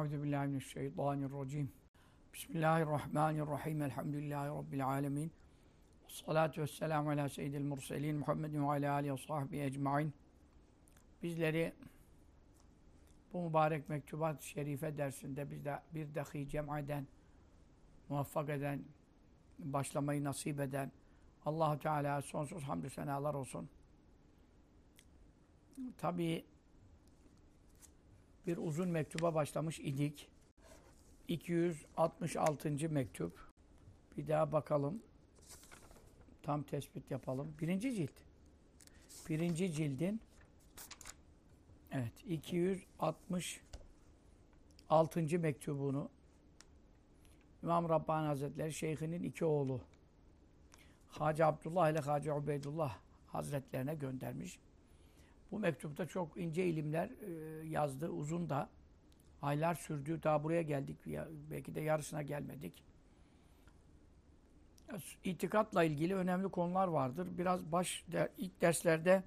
Euzubillahimineşşeytanirracim. Bismillahirrahmanirrahim. Elhamdülillahi Rabbil alemin. Salatu vesselamu ala seyyidil murselin Muhammedin ve ala alihi ve sahbihi ecmain. Bizleri bu mübarek mektubat-ı şerife dersinde bizde bir dahi cem'eden, muvaffak eden, başlamayı nasip eden Allah-u Teala sonsuz hamdü senalar olsun. Tabii bir uzun mektuba başlamış idik. 266. mektup. Bir daha bakalım. Tam tespit yapalım. Birinci cilt. Birinci cildin 266. mektubunu İmam Rabbani Hazretleri Şeyhinin iki oğlu Hacı Abdullah ile Hacı Ubeydullah Hazretlerine göndermiş. Bu mektupta çok ince ilimler yazdı. Uzun da. Aylar sürdü. Daha buraya geldik. Belki de yarısına gelmedik. İtikatla ilgili önemli konular vardır. Biraz ilk derslerde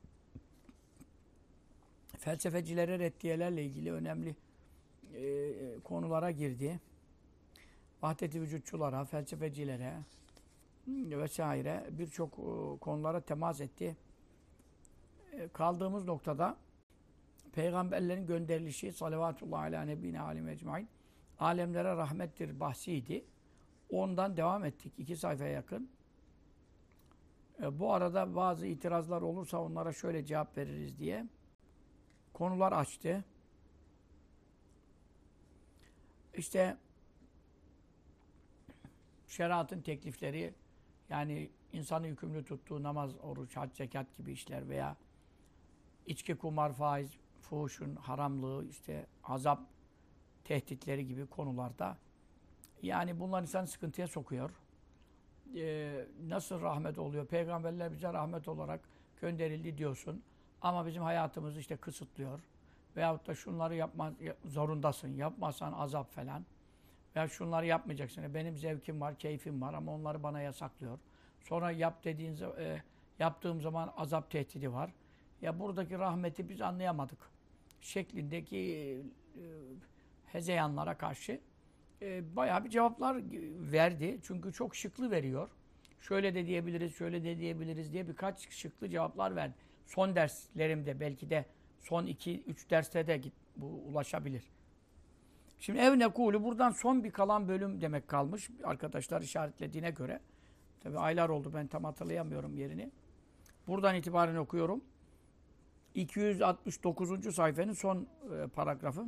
felsefecilere reddiyelerle ilgili önemli konulara girdi. Vahdet-i vücutçulara, felsefecilere vesaire birçok konulara temas etti. Kaldığımız noktada peygamberlerin gönderilişi salavatullah ala nebine alim ecmain alemlere rahmettir bahsiydi. Ondan devam ettik. 2 sayfaya yakın. Bu arada bazı itirazlar olursa onlara şöyle cevap veririz diye konular açtı. İşte şeriatın teklifleri, yani insanı yükümlü tuttuğu namaz, oruç, hac, zekat gibi işler veya içki, kumar, faiz, fuhuşun haramlığı, işte azap tehditleri gibi konularda, yani bunlar insanı sıkıntıya sokuyor. Nasıl rahmet oluyor? Peygamberler bize rahmet olarak gönderildi diyorsun. Ama bizim hayatımızı işte kısıtlıyor. Veyahut da şunları yapma zorundasın. Yapmazsan azap falan. Veya şunları yapmayacaksın. Benim zevkim var, keyfim var ama onları bana yasaklıyor. Sonra yap dediğin yaptığım zaman azap tehdidi var. Ya buradaki rahmeti biz anlayamadık şeklindeki hezeyanlara karşı bayağı bir cevaplar verdi. Çünkü çok şıklı veriyor. Şöyle de diyebiliriz, şöyle de diyebiliriz diye birkaç şıklı cevaplar verdi. Son derslerimde, belki de son 2-3 derste de bu ulaşabilir. Şimdi ev nekulu, buradan son bir kalan bölüm demek kalmış. Arkadaşlar işaretlediğine göre. Tabii aylar oldu, ben tam hatırlayamıyorum yerini. Buradan itibaren okuyorum. 269. sayfanın son paragrafı.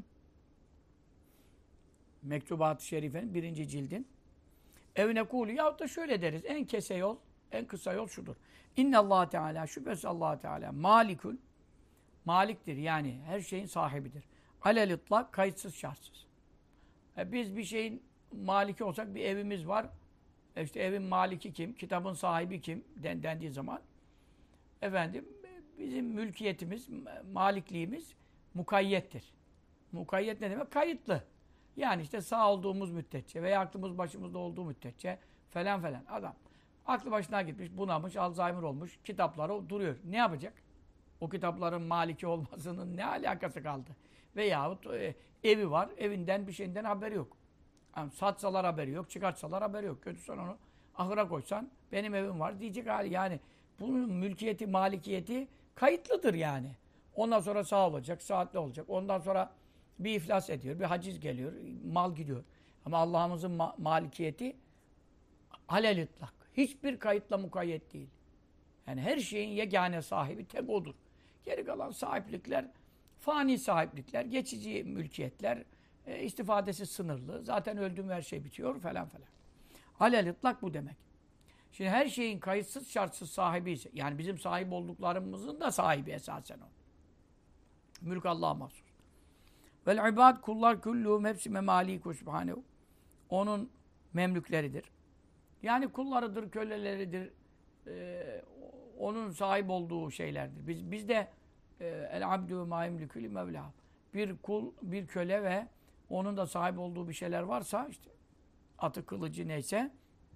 Mektubat-ı Şerife'nin 1. cildin. Ev nekulu, yahut da şöyle deriz. En kese yol, en kısa yol şudur. İnnallâhe Teâlâ, şüphesiz Allah Teala malikul, maliktir, yani her şeyin sahibidir. Alel itlak, kayıtsız şartsız. Biz bir şeyin maliki olsak, bir evimiz var. İşte evin maliki kim? Kitabın sahibi kim? Dendiği zaman efendim bizim mülkiyetimiz, malikliğimiz mukayyettir. Mukayyet ne demek? Kayıtlı. Yani işte sağ olduğumuz müddetçe veya aklımız başımızda olduğu müddetçe falan falan. Adam aklı başına gitmiş, bunamış, Alzheimer olmuş, kitapları duruyor. Ne yapacak? O kitapların maliki olmasının ne alakası kaldı? Veyahut evi var, evinden bir şeyinden haberi yok. Yani satsalar haberi yok, çıkartsalar haberi yok. Götürsen onu ahıra koysan, benim evim var diyecek hali. Yani bunun mülkiyeti, malikiyeti kayıtlıdır yani. Ondan sonra sağ olacak, saatli olacak. Ondan sonra bir iflas ediyor, bir haciz geliyor, mal gidiyor. Ama Allah'ımızın malikiyeti alel itlak. Hiçbir kayıtla mukayyet değil. Yani her şeyin yegane sahibi tek odur. Geri kalan sahiplikler, fani sahiplikler, geçici mülkiyetler, istifadesi sınırlı. Zaten öldüğüm her şey bitiyor falan falan. Alel itlak bu demek. Şimdi her şeyin kayıtsız şartsız sahibi ise, yani bizim sahip olduklarımızın da sahibi esasen o. Mülk Allah'a mahsus. Vel ibad, kullar kulluhum, hepsi memaliku subhanehu. Onun memlükleridir. Yani kullarıdır, köleleridir. Onun sahip olduğu şeylerdir. Biz de el abdü ma yemlikü li mevla. Bir kul, bir köle ve onun da sahip olduğu bir şeyler varsa, işte atı, kılıcı neyse,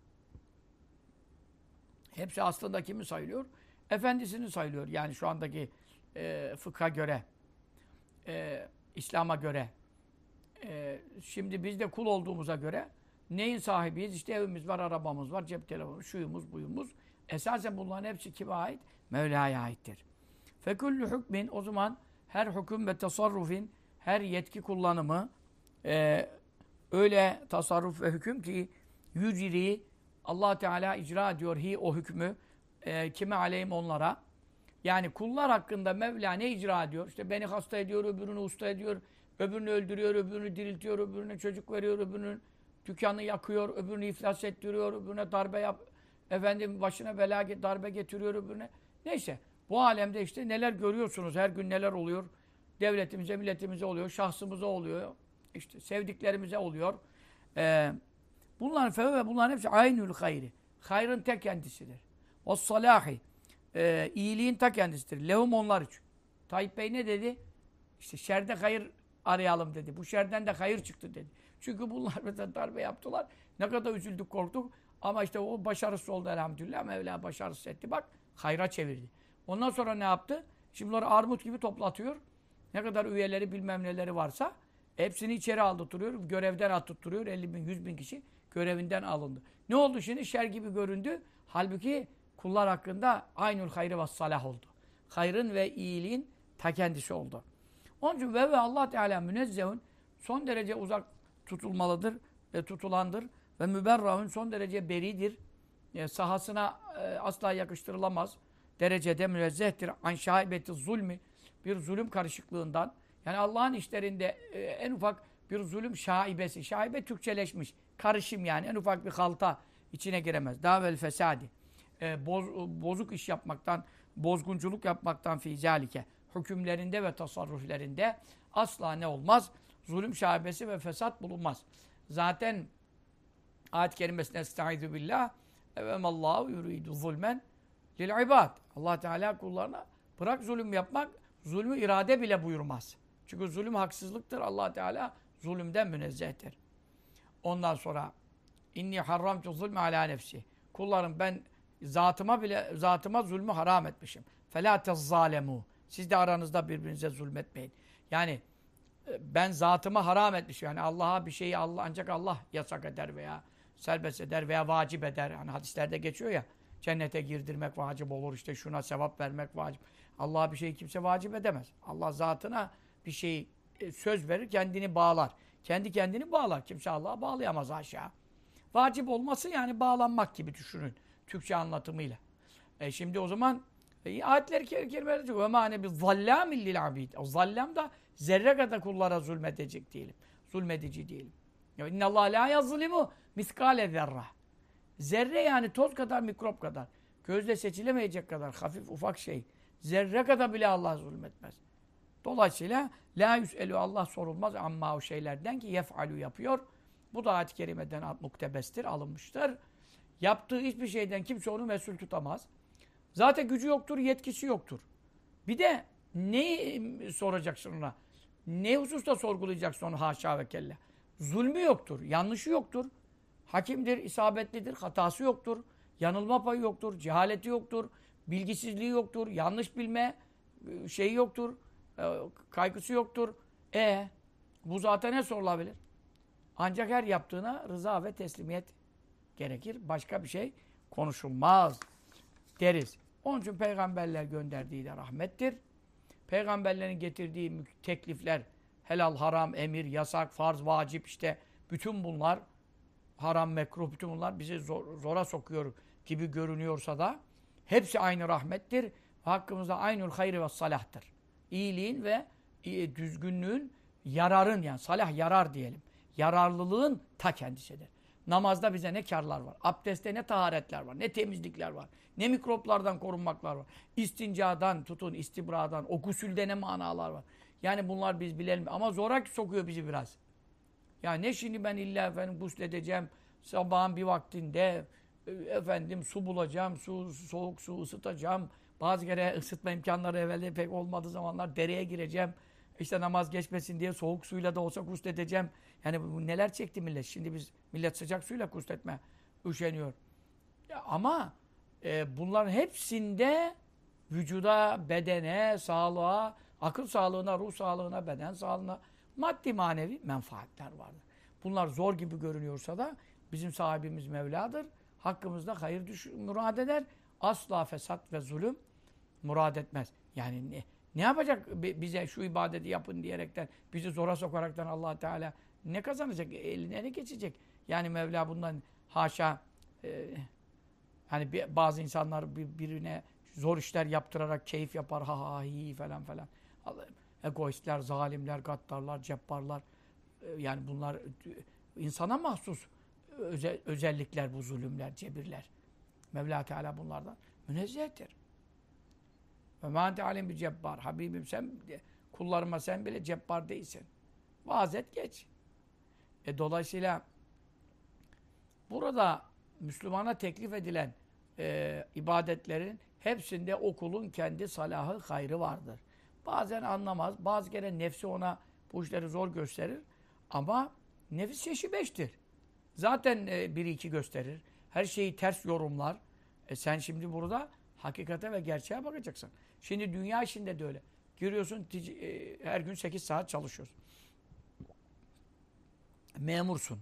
hepsi aslında kimi sayılıyor? Efendisini sayılıyor. Yani şu andaki fıkha göre, İslam'a göre Şimdi biz de kul olduğumuza göre neyin sahibiyiz? İşte evimiz var, arabamız var, cep telefonu, şuyumuz, buyumuz. Esasen bunların hepsi kime ait? Mevla'ya aittir. Fekullü hükmin, o zaman her hüküm ve tasarrufin, her yetki kullanımı öyle tasarruf ve hüküm ki yücri Allah Teala icra ediyor o hükmü kime aleyhim onlara. Yani kullar hakkında Mevla ne icra ediyor? İşte beni hasta ediyor, öbürünü usta ediyor, öbürünü öldürüyor, öbürünü diriltiyor, öbürüne çocuk veriyor, öbürünün dükkanını yakıyor, öbürünü iflas ettiriyor, öbürüne darbe başına bela darbe getiriyor öbürüne. Neyse bu alemde işte neler görüyorsunuz, her gün neler oluyor. Devletimize, milletimize oluyor, şahsımıza oluyor, işte sevdiklerimize oluyor. Bunların hepsi aynül hayri. Hayrın tek kendisidir. O salahi. İyiliğin ta kendisidir. Lehum onlar için. Tayyip Bey ne dedi? İşte şerde hayır arayalım dedi. Bu şerden de hayır çıktı dedi. Çünkü bunlar mesela darbe yaptılar. Ne kadar üzüldük, korktuk. Ama işte o başarısız oldu elhamdülillah. Mevla başarısız etti. Bak hayra çevirdi. Ondan sonra ne yaptı? Şimdi bunları armut gibi toplatıyor. Ne kadar üyeleri bilmem neleri varsa hepsini içeri aldırtıyor. Görevden attırtıyor. 50 bin, 100 bin kişi görevinden alındı. Ne oldu şimdi? Şer gibi göründü. Halbuki kullar hakkında aynül hayri ve salah oldu. Hayrın ve iyiliğin ta kendisi oldu. Onun için ve Allah Teala münezzehun son derece uzak tutulmalıdır ve tutulandır ve müberrahun son derece beridir. Sahasına asla yakıştırılamaz derecede münezzehtir. An şaibeti zulmi bir zulüm karışıklığından. Yani Allah'ın işlerinde en ufak bir zulüm şaibesi. Şaibe Türkçeleşmiş. Karışım yani. En ufak bir halta içine giremez. Davel fesadi. Bozuk iş yapmaktan, bozgunculuk yapmaktan fi zalike. Hükümlerinde ve tasarruflerinde asla ne olmaz? Zulüm şaibesi ve fesat bulunmaz. Zaten ayet-i kerimesine estaizu billah evemallahu yuridu zulmen lil ibad. Allah Teala kullarına bırak zulüm yapmak, zulmü irade bile buyurmaz. Çünkü zulüm haksızlıktır. Allah Teala zulümden münezzehtir. Ondan sonra inni harramtu zulme ala nefsi. Kullarım ben zatıma zulmü haram etmişim. Fela tezzalemu. Siz de aranızda birbirinize zulmetmeyin. Yani ben zatıma haram etmişim. Yani Allah'a bir şeyi ancak Allah yasak eder veya serbest eder veya vacip eder. Hani hadislerde geçiyor ya. Cennete girdirmek vacip olur. İşte şuna sevap vermek vacip. Allah'a bir şeyi kimse vacip edemez. Allah zatına bir şeyi söz verir, kendini bağlar. Kendi kendini bağlar. Kimse Allah'a bağlayamaz aşağı. Vacip olması yani bağlanmak gibi düşünün. Türkçe anlatımıyla. Şimdi o zaman ayetleri kerimeler diyor. Ve mâne bi zallâmin lil abid. O zallam da zerre kadar kullara zulmedecek değilim. Zulmedici değilim. İnnallâhe lâ yazlimu miskâle zerra. Zerre yani toz kadar, mikrop kadar. Gözle seçilemeyecek kadar hafif ufak şey. Zerre kadar bile Allah zulmetmez. Dolayısıyla la yüs'elü Allah sorulmaz amma o şeylerden ki yef'alü yapıyor. Bu da ayet-i kerimeden muktebestir, alınmıştır. Yaptığı hiçbir şeyden kimse onu mesul tutamaz. Zaten gücü yoktur, yetkisi yoktur. Bir de neyi soracaksın ona? Ne hususta sorgulayacaksın onu haşa ve kella? Zulmü yoktur, yanlışı yoktur. Hakimdir, isabetlidir, hatası yoktur. Yanılma payı yoktur, cehaleti yoktur, bilgisizliği yoktur, yanlış bilme şeyi yoktur, kaygısı yoktur. Bu zaten ne sorulabilir? Ancak her yaptığına rıza ve teslimiyet gerekir. Başka bir şey konuşulmaz deriz. Onun için peygamberler gönderdiği de rahmettir. Peygamberlerin getirdiği teklifler, helal, haram, emir, yasak, farz, vacip işte bütün bunlar haram, mekruh bütün bunlar bizi zora sokuyor gibi görünüyorsa da hepsi aynı rahmettir. Hakkımızda aynül hayri ve salahtır. İyiliğin ve düzgünlüğün, yararın yani salah yarar diyelim. Yararlılığın ta kendisidir. Namazda bize ne karlar var? Abdestte ne taharetler var? Ne temizlikler var? Ne mikroplardan korunmaklar var? İstincadan tutun, istibradan, o gusülde ne manalar var? Yani bunlar biz bilelim. Ama zora sokuyor bizi biraz. Ya ne şimdi ben illa efendim gusledeceğim sabahın bir vaktinde su bulacağım, soğuk su ısıtacağım. Bazı kere ısıtma imkanları evvelde pek olmadığı zamanlar dereye gireceğim. İşte namaz geçmesin diye soğuk suyla da olsa gusledeceğim. Yani bu neler çekti millet. Şimdi millet sıcak suyla gusletme üşeniyor. Ya ama bunların hepsinde vücuda, bedene, sağlığa, akıl sağlığına, ruh sağlığına, beden sağlığına maddi manevi menfaatler vardır. Bunlar zor gibi görünüyorsa da bizim sahibimiz Mevla'dır. Hakkımızda hayır murad eder. Asla fesat ve zulüm murad etmez. Yani ne yapacak bize şu ibadeti yapın diyerekten, bizi zora sokaraktan Allah Teala ne kazanacak? Eline ne geçecek? Yani Mevla bundan haşa hani bazı insanlar birbirine zor işler yaptırarak keyif yapar. Ha ha hi falan falan. Egoistler, zalimler, gaddarlar, cebbarlar. Yani bunlar insana mahsus özellikler bu zulümler, cebirler. Mevla Teala bunlardan münezzehtir. Ve mâ ente alem bi cebbar. Habibim sen kullarıma sen bile cebbar değilsin. Vaaz et geç. Dolayısıyla burada Müslümana teklif edilen ibadetlerin hepsinde o kulun kendi salahı, hayrı vardır. Bazen anlamaz, bazı kere nefsi ona bu işleri zor gösterir. Ama nefis çeşi beştir. Zaten biri iki gösterir. Her şeyi ters yorumlar. Sen şimdi burada hakikate ve gerçeğe bakacaksın. Şimdi dünya işinde de öyle. Giriyorsun, her gün 8 saat çalışıyorsun. Memursun.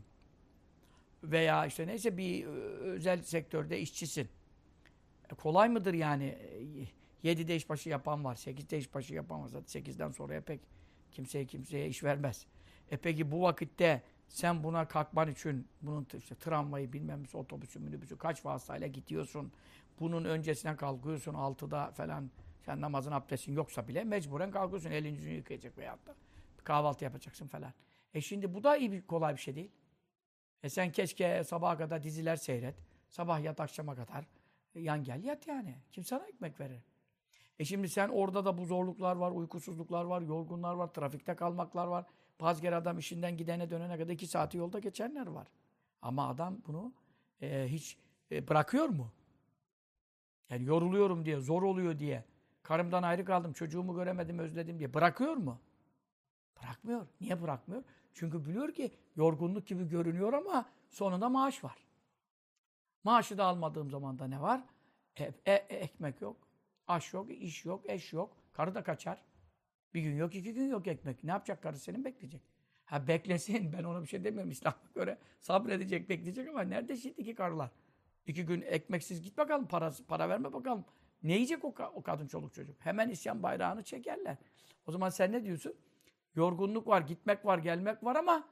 Veya işte neyse bir özel sektörde işçisin. Kolay mıdır yani? 7'de işbaşı yapan var, 8'de işbaşı yapan var. Zaten 8'den sonraya pek kimseye iş vermez. Peki bu vakitte sen buna kalkman için bunun işte tramvayı bilmem ne otobüsü minibüsü kaç vasıtayla gidiyorsun. Bunun öncesine kalkıyorsun 6'da falan. Sen namazın abdestin yoksa bile mecburen kalkıyorsun. Elini yüzünü yıkayacak veyahut da kahvaltı yapacaksın falan. Şimdi bu da kolay bir şey değil. Sen keşke sabaha kadar diziler seyret. Sabah yat akşama kadar. Yan gel yat yani. Kim sana ekmek verir? Şimdi sen orada da bu zorluklar var, uykusuzluklar var, yorgunlar var, trafikte kalmaklar var. Bazı kere adam işinden gidene dönene kadar 2 saati yolda geçenler var. Ama adam bunu hiç bırakıyor mu? Yani yoruluyorum diye, zor oluyor diye, karımdan ayrı kaldım, çocuğumu göremedim, özledim diye bırakıyor mu? Bırakmıyor. Niye bırakmıyor? Çünkü biliyor ki yorgunluk gibi görünüyor ama sonunda maaş var. Maaşı da almadığım zaman da ne var? Ekmek yok, aş yok, iş yok, eş yok. Karı da kaçar. Bir gün yok, 2 gün yok ekmek. Ne yapacak karı senin bekleyecek? Ha beklesin, ben ona bir şey demiyorum. İslam'a göre sabredecek, bekleyecek ama nerede şimdiki karılar? 2 gün ekmeksiz git bakalım, para verme bakalım. Ne yiyecek o kadın çoluk çocuk? Hemen isyan bayrağını çekerler. O zaman sen ne diyorsun? Yorgunluk var, gitmek var, gelmek var ama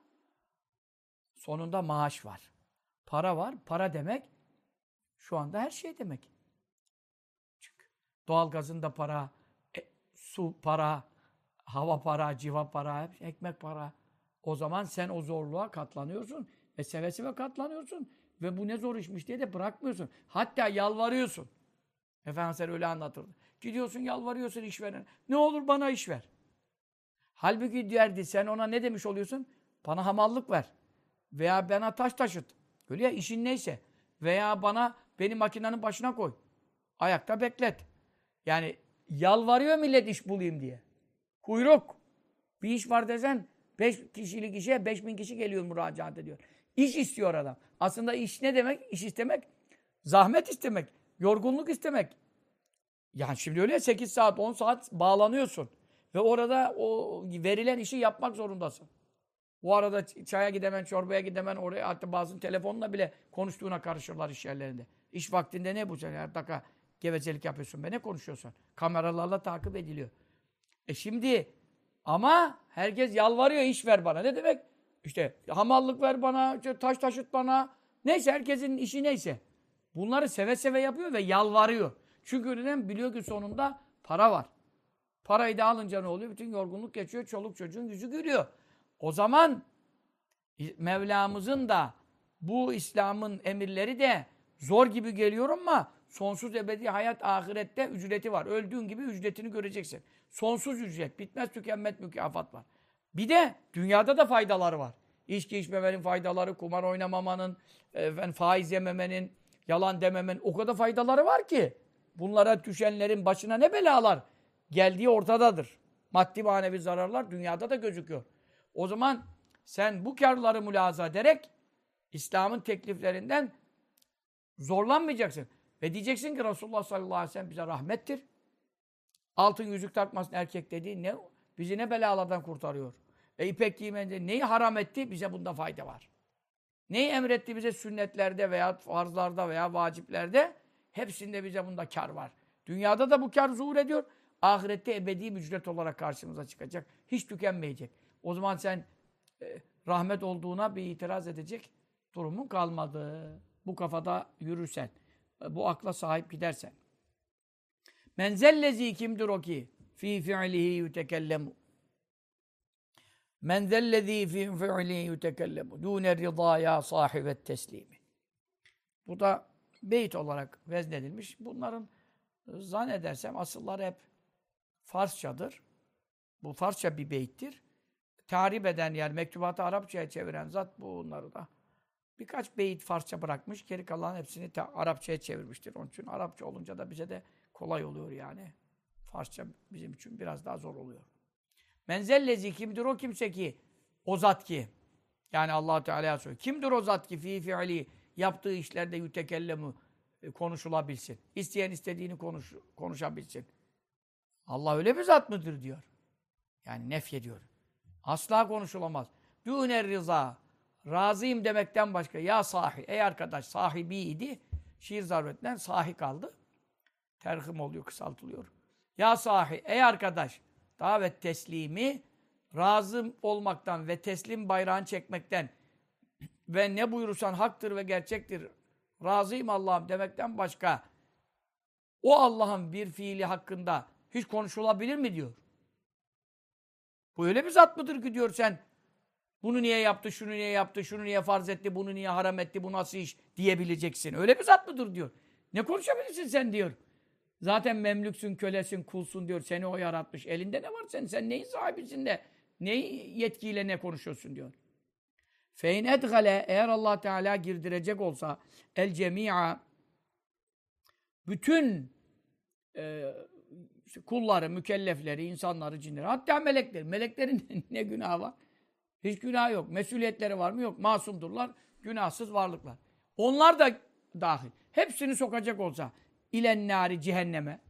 sonunda maaş var. Para var. Para demek şu anda her şey demek. Çünkü doğalgazın da para, su para, hava para, civa para, ekmek para. O zaman sen o zorluğa katlanıyorsun ve seve seve katlanıyorsun. Ve bu ne zor işmiş diye de bırakmıyorsun. Hatta yalvarıyorsun. Efendimiz öyle anlatırdı. Gidiyorsun yalvarıyorsun işverene. Ne olur bana iş ver. Halbuki derdi sen ona ne demiş oluyorsun? Bana hamallık ver. Veya bana taş taşıt. Öyle ya işin neyse. Veya beni makinenin başına koy. Ayakta beklet. Yani yalvarıyor millet iş bulayım diye. Kuyruk. Bir iş var desen 5 kişilik işe 5000 kişi geliyor müracaat ediyor. İş istiyor adam. Aslında iş ne demek? İş istemek, zahmet istemek, yorgunluk istemek. Yani şimdi öyle 8 saat, 10 saat bağlanıyorsun. Ve orada o verilen işi yapmak zorundasın. O arada çaya gidemen, çorbaya gidemen, oraya hatta bazı telefonla bile konuştuğuna karışırlar iş yerlerinde. İş vaktinde ne bu sen? Her dakika gevezelik yapıyorsun be, ne konuşuyorsun? Kameralarla takip ediliyor. Şimdi ama herkes yalvarıyor iş ver bana. Ne demek? İşte hamallık ver bana, işte taş taşıt bana. Neyse herkesin işi neyse. Bunları seve seve yapıyor ve yalvarıyor. Çünkü neden? Biliyor ki sonunda para var. Parayı da alınca ne oluyor? Bütün yorgunluk geçiyor. Çoluk çocuğun yüzü gülüyor. O zaman Mevlamızın da bu İslam'ın emirleri de zor gibi geliyor ama sonsuz ebedi hayat ahirette ücreti var. Öldüğün gibi ücretini göreceksin. Sonsuz ücret. Bitmez tükenmez mükafat var. Bir de dünyada da faydaları var. İçki içmemenin faydaları, kumar oynamamanın, faiz yememenin, yalan dememenin o kadar faydaları var ki bunlara düşenlerin başına ne belalar geldiği ortadadır. Maddi manevi zararlar dünyada da gözüküyor. O zaman sen bu karları mülahaza ederek İslam'ın tekliflerinden zorlanmayacaksın. Ve diyeceksin ki Resulullah sallallahu aleyhi ve sellem bize rahmettir. Altın yüzük takmasın erkek dediği ne? Bizi ne belalardan kurtarıyor. İpek giymende neyi haram etti? Bize bunda fayda var. Neyi emretti bize sünnetlerde veya farzlarda veya vaciplerde? Hepsinde bize bunda kar var. Dünyada da bu kar zuhur ediyor. Ahirette ebedi ücret olarak karşımıza çıkacak. Hiç tükenmeyecek. O zaman sen rahmet olduğuna bir itiraz edecek durumun kalmadı. Bu kafada yürürsen, bu akla sahip gidersen. Men zellezi kimdir o ki fi fi'lihi yutekellemu. Men zellezi fi fi'lihi yutekellemu dûne rıdâya sahibet teslimi. Bu da beyt olarak veznedilmiş. Bunların zannedersem asılları hep Farsçadır. Bu Farsça bir beyttir. Tarif eden yani mektubatı Arapçaya çeviren zat bunları da birkaç beyit Farsça bırakmış. Geri kalan hepsini Arapçaya çevirmiştir. Onun için Arapça olunca da bize de kolay oluyor yani. Farsça bizim için biraz daha zor oluyor. Menzellezi kimdir o kimse ki? O zat ki. Yani Allah Teala'ya söylüyor. Kimdir o zat ki fi fiili yaptığı işlerde yütekellemu konuşulabilsin. İsteyen istediğini konuşabilsin. Allah öyle bir zat mıdır diyor. Yani nefyediyor. Asla konuşulamaz. Dûner rıza. Razıyım demekten başka. Ya sahi. Ey arkadaş sahibiydi. Şiir zarfetinden sahi kaldı. Terhim oluyor, kısaltılıyor. Ya sahi. Ey arkadaş. Davet teslimi. Razım olmaktan ve teslim bayrağını çekmekten ve ne buyurursan haktır ve gerçektir. Razıyım Allah'ım demekten başka. O Allah'ın bir fiili hakkında hiç konuşulabilir mi diyor. Bu öyle bir zat mıdır ki diyor sen bunu niye yaptı, şunu niye yaptı, şunu niye farz etti, bunu niye haram etti, bu nasıl iş diyebileceksin. Öyle bir zat mıdır diyor. Ne konuşabilirsin sen diyor. Zaten memlüksün, kölesin, kulsun diyor. Seni o yaratmış. Elinde ne var senin? Sen neyin sahibisin de neyi yetkiyle ne konuşuyorsun diyor. Fein edgale eğer Allah Teala girdirecek olsa el cemi'a bütün kulları, mükellefleri, insanları, cinleri, hatta melekleri. Meleklerin ne günahı var? Hiç günah yok. Mesuliyetleri var mı? Yok. Masumdurlar. Günahsız varlıklar. Onlar da dahil. Hepsini sokacak olsa ilennâri cehenneme.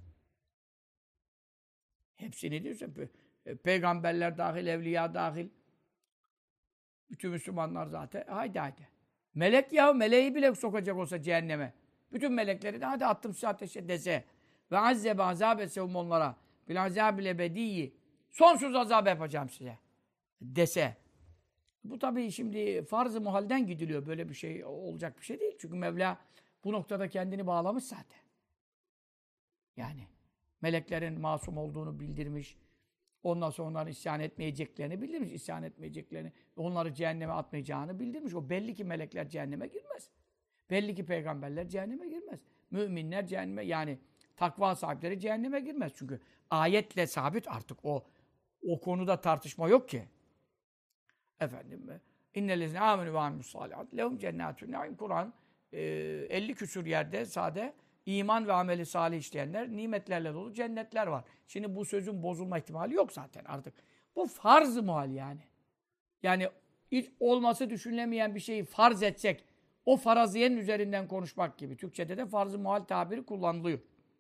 Hepsini diyorsa peygamberler dahil, evliya dahil. Bütün Müslümanlar zaten. Haydi. Melek ya, meleği bile sokacak olsa cehenneme. Bütün melekleri de hadi attım size ateşe dese. Ve azzebe azab etsevum onlara. Bil azabil ebediyyi. Sonsuz azap yapacağım size. Dese. Bu tabii şimdi farz-ı muhalden gidiliyor. Böyle bir şey olacak bir şey değil. Çünkü Mevla bu noktada kendini bağlamış zaten. Yani meleklerin masum olduğunu bildirmiş. Ondan sonra onların isyan etmeyeceklerini bildirmiş. İsyan etmeyeceklerini, onları cehenneme atmayacağını bildirmiş. O belli ki melekler cehenneme girmez. Belli ki peygamberler cehenneme girmez. Müminler cehenneme yani takva sahipleri cehenneme girmez. Çünkü ayetle sabit artık o konuda tartışma yok ki. Efendim innellezine amenu ve amilussalihat lehum cennetun naim. Kur'an 50 küsur yerde sade iman ve ameli salih işleyenler nimetlerle dolu cennetler var. Şimdi bu sözün bozulma ihtimali yok zaten artık. Bu farz-ı muhal yani. Yani hiç olması düşünülemeyen bir şeyi farz etsek o faraziyenin üzerinden konuşmak gibi. Türkçede de farz-ı muhal tabiri kullanılıyor.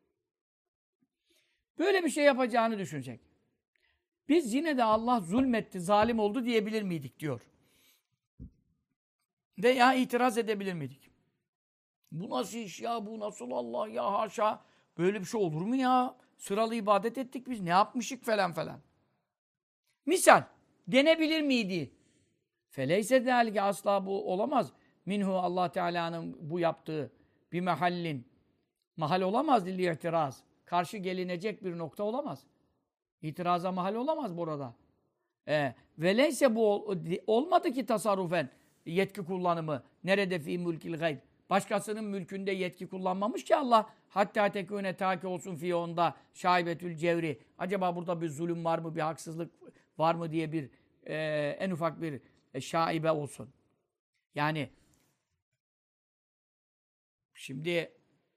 Böyle bir şey yapacağını düşünsek. Biz yine de Allah zulmetti, zalim oldu diyebilir miydik diyor. Veya itiraz edebilir miydik? Bu nasıl iş ya? Bu nasıl Allah ya haşa? Böyle bir şey olur mu ya? Sıralı ibadet ettik biz. Ne yapmışık falan falan. Misal. Denebilir miydi? Feleyse zâlike asla bu olamaz. Minhu Allah Teala'nın bu yaptığı bir mahallin. Mahal olamaz dilli itiraz. Karşı gelinecek bir nokta olamaz. İtiraza mahal olamaz burada. Veleyse bu olmadı ki tasarrufen yetki kullanımı. Nerede fi mülkil gayb. Başkasının mülkünde yetki kullanmamış ki Allah. Hatta tekûne ta ki olsun fi onda şaibetül cevri. Acaba burada bir zulüm var mı, bir haksızlık var mı diye bir en ufak bir şaibe olsun. Yani şimdi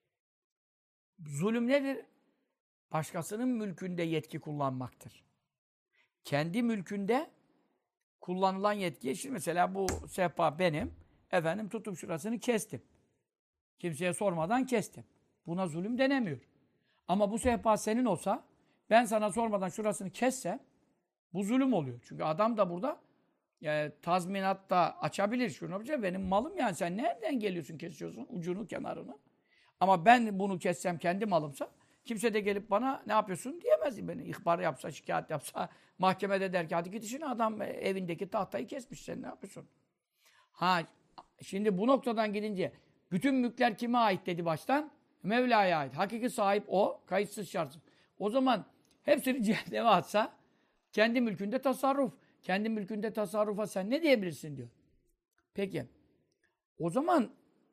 zulüm nedir? Başkasının mülkünde yetki kullanmaktır. Kendi mülkünde kullanılan yetkiye, şimdi mesela bu sehpa benim, efendim tutup şurasını kestim. Kimseye sormadan kestim. Buna zulüm denemiyor. Ama bu sehpa senin olsa, ben sana sormadan şurasını kessem, Bu zulüm oluyor. Çünkü adam da burada tazminat da açabilir. Şunu yapacak. Benim malım yani sen nereden geliyorsun kesiyorsun ucunu kenarını. Ama ben bunu kessem kendi malımsa kimse de gelip bana ne yapıyorsun diyemez. Beni ihbar yapsa, şikayet yapsa mahkemede der ki hadi git işine adam evindeki tahtayı kesmiş sen ne yapıyorsun? Ha şimdi bu noktadan gidince bütün mülkler kime ait dedi baştan? Mevla'ya ait. Hakiki sahip o. Kayıtsız şartsız. O zaman hepsini cehenneme atsa kendi mülkünde tasarruf. Kendi mülkünde tasarrufa sen ne diyebilirsin diyor. Peki. O zaman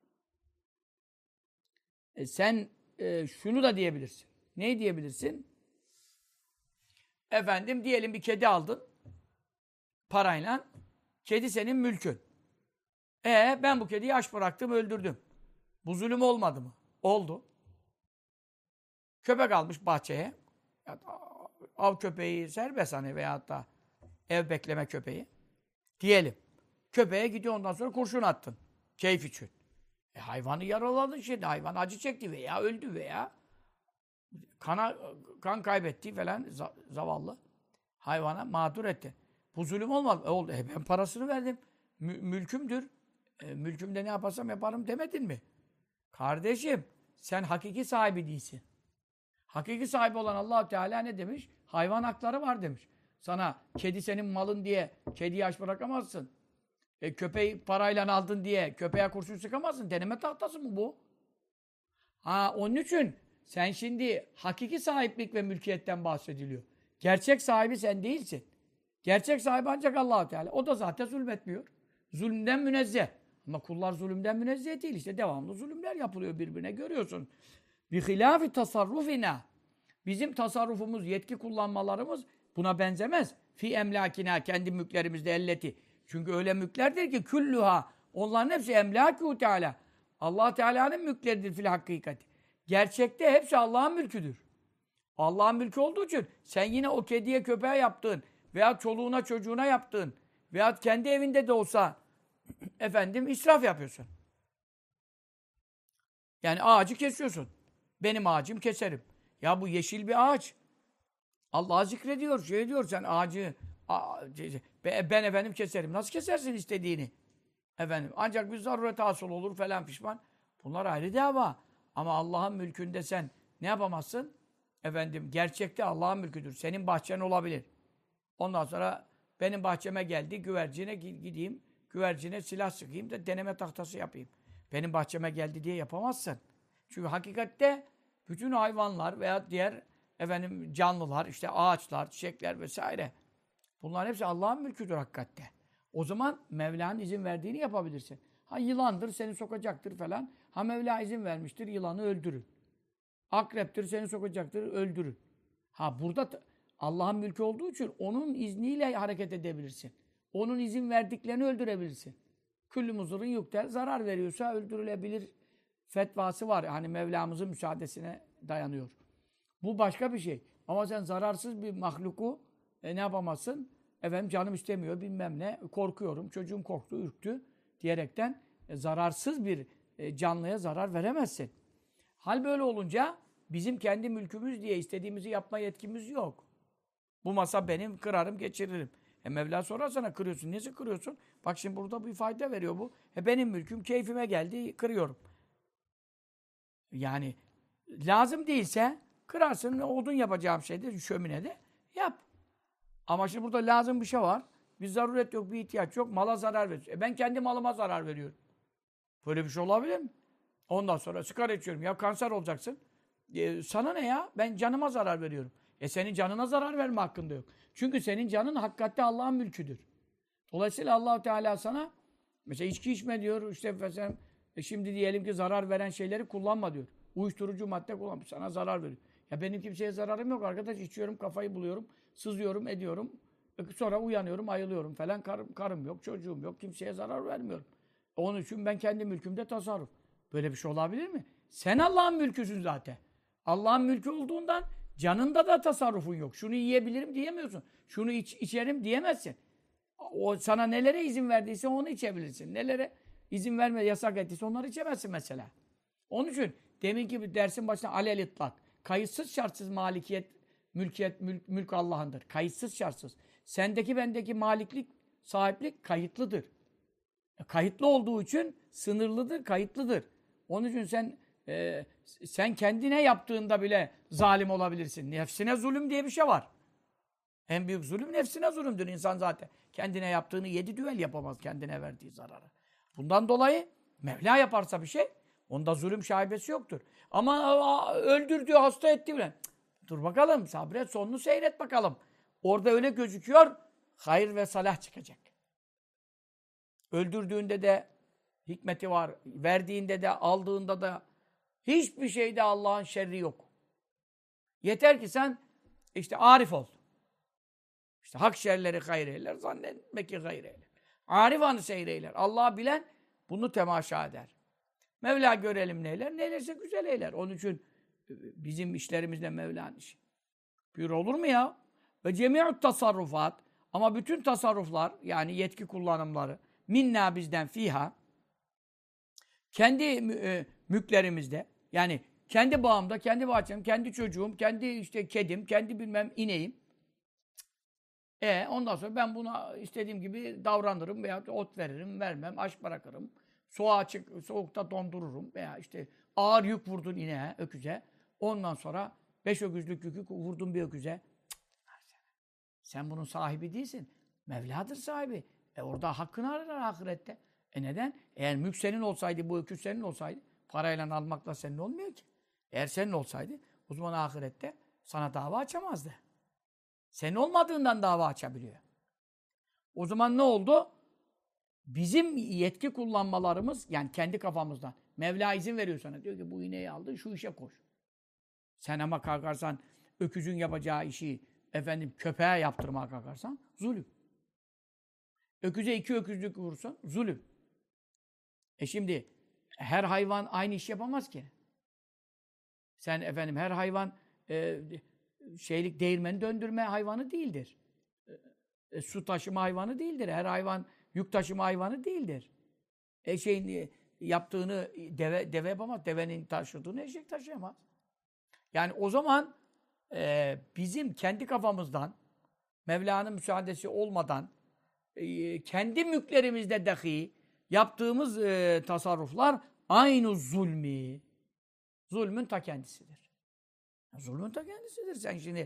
sen şunu da diyebilirsin. Ne diyebilirsin? Efendim diyelim bir kedi aldın. Parayla. Kedi senin mülkün. Ben bu kediyi aç bıraktım, öldürdüm. Bu zulüm olmadı mı? Oldu. Köpek almış bahçeye. Av köpeği serbest hani veyahut da ev bekleme köpeği. Diyelim. Köpeğe gidiyor ondan sonra kurşun attın. Keyif için. Hayvanı yaraladın şimdi. Hayvan acı çekti veya öldü veya kan kaybetti falan zavallı. Hayvana mağdur etti. Bu zulüm olmadı. Oldu. Ben parasını verdim. Mülkümdür. Mülkümde ne yaparsam yaparım demedin mi? Kardeşim sen hakiki sahibi değilsin. Hakiki sahibi olan Allah Teala ne demiş? Hayvan hakları var demiş. Sana kedi senin malın diye kediyi aç bırakamazsın. Köpeği parayla aldın diye köpeğe kurşun sıkamazsın. Deneme tahtası mı bu? Onun için sen şimdi hakiki sahiplik ve mülkiyetten bahsediliyor. Gerçek sahibi sen değilsin. Gerçek sahibi ancak Allah Teala. O da zaten zulmetmiyor. Zulümden münezzeh. Ama kullar zulümden münezzeh değil. İşte devamlı zulümler yapılıyor birbirine. Görüyorsun. Bi hilafi tasarrufina. Bizim tasarrufumuz, yetki kullanmalarımız buna benzemez. Fi emlakina, kendi mülklerimizde elleti. Çünkü öyle mülklerdir ki külluha. Onların hepsi emlâkû Teala. Allah Teala'nın mülkleridir fil hakikati. Gerçekte hepsi Allah'ın mülküdür. Allah'ın mülkü olduğu için sen yine o kediye köpeğe yaptığın veya çoluğuna çocuğuna yaptığın veya kendi evinde de olsa efendim israf yapıyorsun. Yani ağacı kesiyorsun. Benim ağacım keserim. Ya bu yeşil bir ağaç. Allah zikrediyor, şey diyor sen ağacı ben efendim keserim. Nasıl kesersin istediğini? Efendim ancak bir zaruret hasıl olur falan pişman. Bunlar ayrı dava. Ama Allah'ın mülkünde sen ne yapamazsın? Efendim gerçekte Allah'ın mülküdür. Senin bahçen olabilir. Ondan sonra benim bahçeme geldi güvercine gideyim. Güvercine silah sıkayım da deneme tahtası yapayım. Benim bahçeme geldi diye yapamazsın. Çünkü hakikatte bütün hayvanlar veya diğer efendim canlılar, işte ağaçlar, çiçekler vesaire. Bunların hepsi Allah'ın mülküdür hakikatte. O zaman Mevla'nın izin verdiğini yapabilirsin. Ha yılandır, seni sokacaktır falan. Ha Mevla izin vermiştir, yılanı öldürün. Akreptir, seni sokacaktır, öldürün. Ha burada Allah'ın mülkü olduğu için onun izniyle hareket edebilirsin. Onun izin verdiklerini öldürebilirsin. Küllü muzurun yuktel, zarar veriyorsa öldürülebilir fetvası var. Hani Mevlamızın müsaadesine dayanıyor. Bu başka bir şey. Ama sen zararsız bir mahluku ne yapamazsın? Efendim canım istemiyor bilmem ne. Korkuyorum. Çocuğum korktu, ürktü diyerekten zararsız bir canlıya zarar veremezsin. Hal böyle olunca bizim kendi mülkümüz diye istediğimizi yapma yetkimiz yok. Bu masa benim, kırarım, geçiririm. Mevla sorar sana kırıyorsun. Niye kırıyorsun? Bak şimdi burada bir fayda veriyor bu. Benim mülküm, keyfime geldi, kırıyorum. Yani lazım değilse kırarsın, odun yapacağım şeyde, şöminede yap. Ama şimdi burada lazım bir şey var. Bir zaruret yok, bir ihtiyaç yok. Mala zarar veriyorsun. Ben kendi malıma zarar veriyorum. Böyle bir şey olabilir mi? Ondan sonra sigara içiyorum. Ya kanser olacaksın. Sana ne ya? Ben canıma zarar veriyorum. Senin canına zarar verme hakkında yok. Çünkü senin canın hakikatte Allah'ın mülküdür. Dolayısıyla Allah Teala sana mesela içki içme diyor. İşte mesela, şimdi diyelim ki zarar veren şeyleri kullanma diyor. Uyuşturucu madde kullanma. Sana zarar veriyor. Ya benim kimseye zararım yok arkadaş. İçiyorum, kafayı buluyorum. Sızıyorum, ediyorum. Sonra uyanıyorum, ayılıyorum falan. Karım yok, çocuğum yok. Kimseye zarar vermiyorum. Onun için ben kendi mülkümde tasarruf. Böyle bir şey olabilir mi? Sen Allah'ın mülküsün zaten. Allah'ın mülkü olduğundan canında da tasarrufun yok. Şunu yiyebilirim diyemiyorsun. Şunu içerim diyemezsin. O sana nelere izin verdiyse onu içebilirsin. Nelere izin verme, yasak ettiyse onları içemezsin mesela. Onun için demin gibi dersin başına alel itlak. Kayıtsız şartsız malikiyet, mülk Allah'ındır. Kayıtsız şartsız. Sendeki bendeki maliklik, sahiplik kayıtlıdır. Kayıtlı olduğu için sınırlıdır, kayıtlıdır. Onun için sen kendine yaptığında bile zalim olabilirsin. Nefsine zulüm diye bir şey var. En büyük zulüm nefsine zulümdür. İnsan zaten kendine yaptığını 7 düvel yapamaz, kendine verdiği zararı. Bundan dolayı Mevla yaparsa bir şey, onda zulüm şaibesi yoktur. Ama öldürdü, hasta etti bile. Dur bakalım, sabret, sonunu seyret bakalım. Orada öyle gözüküyor, hayır ve salah çıkacak. Öldürdüğünde de hikmeti var, verdiğinde de, aldığında da hiçbir şeyde Allah'ın şerri yok. Yeter ki sen işte arif ol. İşte hak şerleri hayır eyler, zannetme ki hayır eyler. Arif anı seyreyler. Allah bilen bunu temaşa eder. Mevla görelim neyler, neylerse güzel eyler. Onun için bizim işlerimizde Mevla'nın işi. Bir olur mu ya? Ve cemi'ut tasarrufat, ama bütün tasarruflar, yani yetki kullanımları, minna bizden fiha, kendi mülklerimizde, yani kendi bağımda, kendi bahçem, kendi çocuğum, kendi işte kedim, kendi bilmem ineğim. Ondan sonra ben buna istediğim gibi davranırım veya ot veririm, vermem, aç bırakırım. Soğukta dondururum veya işte ağır yük vurdun ineğe, öküze. Ondan sonra 5 öküzlük yükü vurdun bir öküze. Sen bunun sahibi değilsin. Mevla'dır sahibi. Orada hakkını arar ahirette. Neden? Eğer mülk senin olsaydı, bu öküz senin olsaydı, parayla almakla senin olmuyor ki. Eğer senin olsaydı, o zaman ahirette sana dava açamazdı. Senin olmadığından dava açabiliyor. O zaman ne oldu? Bizim yetki kullanmalarımız, yani kendi kafamızdan. Mevla izin veriyor sana. Diyor ki bu ineği aldın, şu işe koş. Sen ama kalkarsan öküzün yapacağı işi köpeğe yaptırmaya kalkarsan zulüm. Öküze 2 öküzlük vurursan zulüm. Şimdi her hayvan aynı iş yapamaz ki. Sen her hayvan değirmeni döndürme hayvanı değildir. Su taşıma hayvanı değildir. Her hayvan yük taşıma hayvanı değildir. Yaptığını deve yapamaz. Devenin taşıdığını eşek taşıyamaz. Yani o zaman bizim kendi kafamızdan, Mevla'nın müsaadesi olmadan, kendi mülklerimizde dahi yaptığımız tasarruflar aynı zulmü. Zulmün ta kendisidir. Zulmün ta kendisidir. Sen şimdi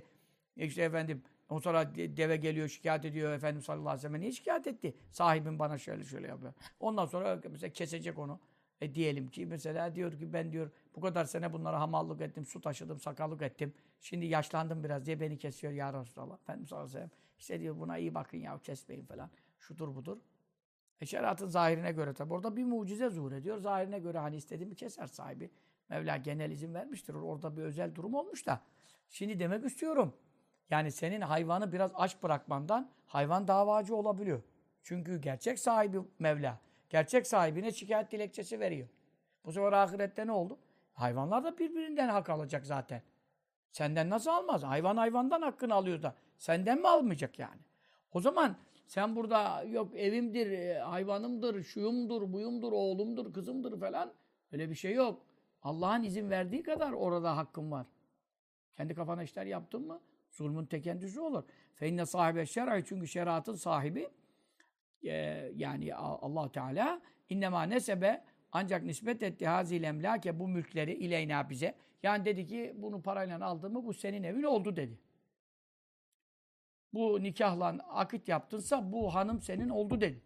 o sonra deve geliyor şikayet ediyor Efendimiz sallallahu aleyhi ve sellem. Niye şikayet etti? Sahibim bana şöyle yapıyor. Ondan sonra mesela kesecek onu. Diyelim ki mesela diyor ki ben diyor bu kadar sene bunlara hamallık ettim, su taşıdım, sakallık ettim. Şimdi yaşlandım biraz diye beni kesiyor ya Resulallah. Efendimiz sallallahu aleyhi ve sellem işte diyor buna iyi bakın ya kesmeyin falan. Şudur budur. Şeriatın zahirine göre tabi orada bir mucize zuhur ediyor. Zahirine göre hani istediğimi keser sahibi. Mevla genel izin vermiştir. Orada bir özel durum olmuş da. Şimdi demek istiyorum. Yani senin hayvanı biraz aç bırakmandan hayvan davacı olabiliyor. Çünkü gerçek sahibi Mevla. Gerçek sahibine şikayet dilekçesi veriyor. Bu sefer ahirette ne oldu? Hayvanlar da birbirinden hak alacak zaten. Senden nasıl almaz? Hayvan hayvandan hakkını alıyor da. Senden mi almayacak yani? O zaman sen burada yok evimdir, hayvanımdır, şuyumdur, buyumdur, oğlumdur, kızımdır falan. Öyle bir şey yok. Allah'ın izin verdiği kadar orada hakkın var. Kendi kafana işler yaptın mı zulmün ta kendisi olur. Feinne sahibe şer'i, çünkü şeriatın sahibi yani Allah Teala innema nesebe, ancak nispet etti hazil emlake, bu mülkleri ileyna bize. Yani dedi ki bunu parayla aldın mı bu senin evin oldu dedi. Bu nikahla akit yaptınsa bu hanım senin oldu dedi.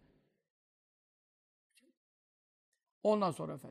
Ondan sonra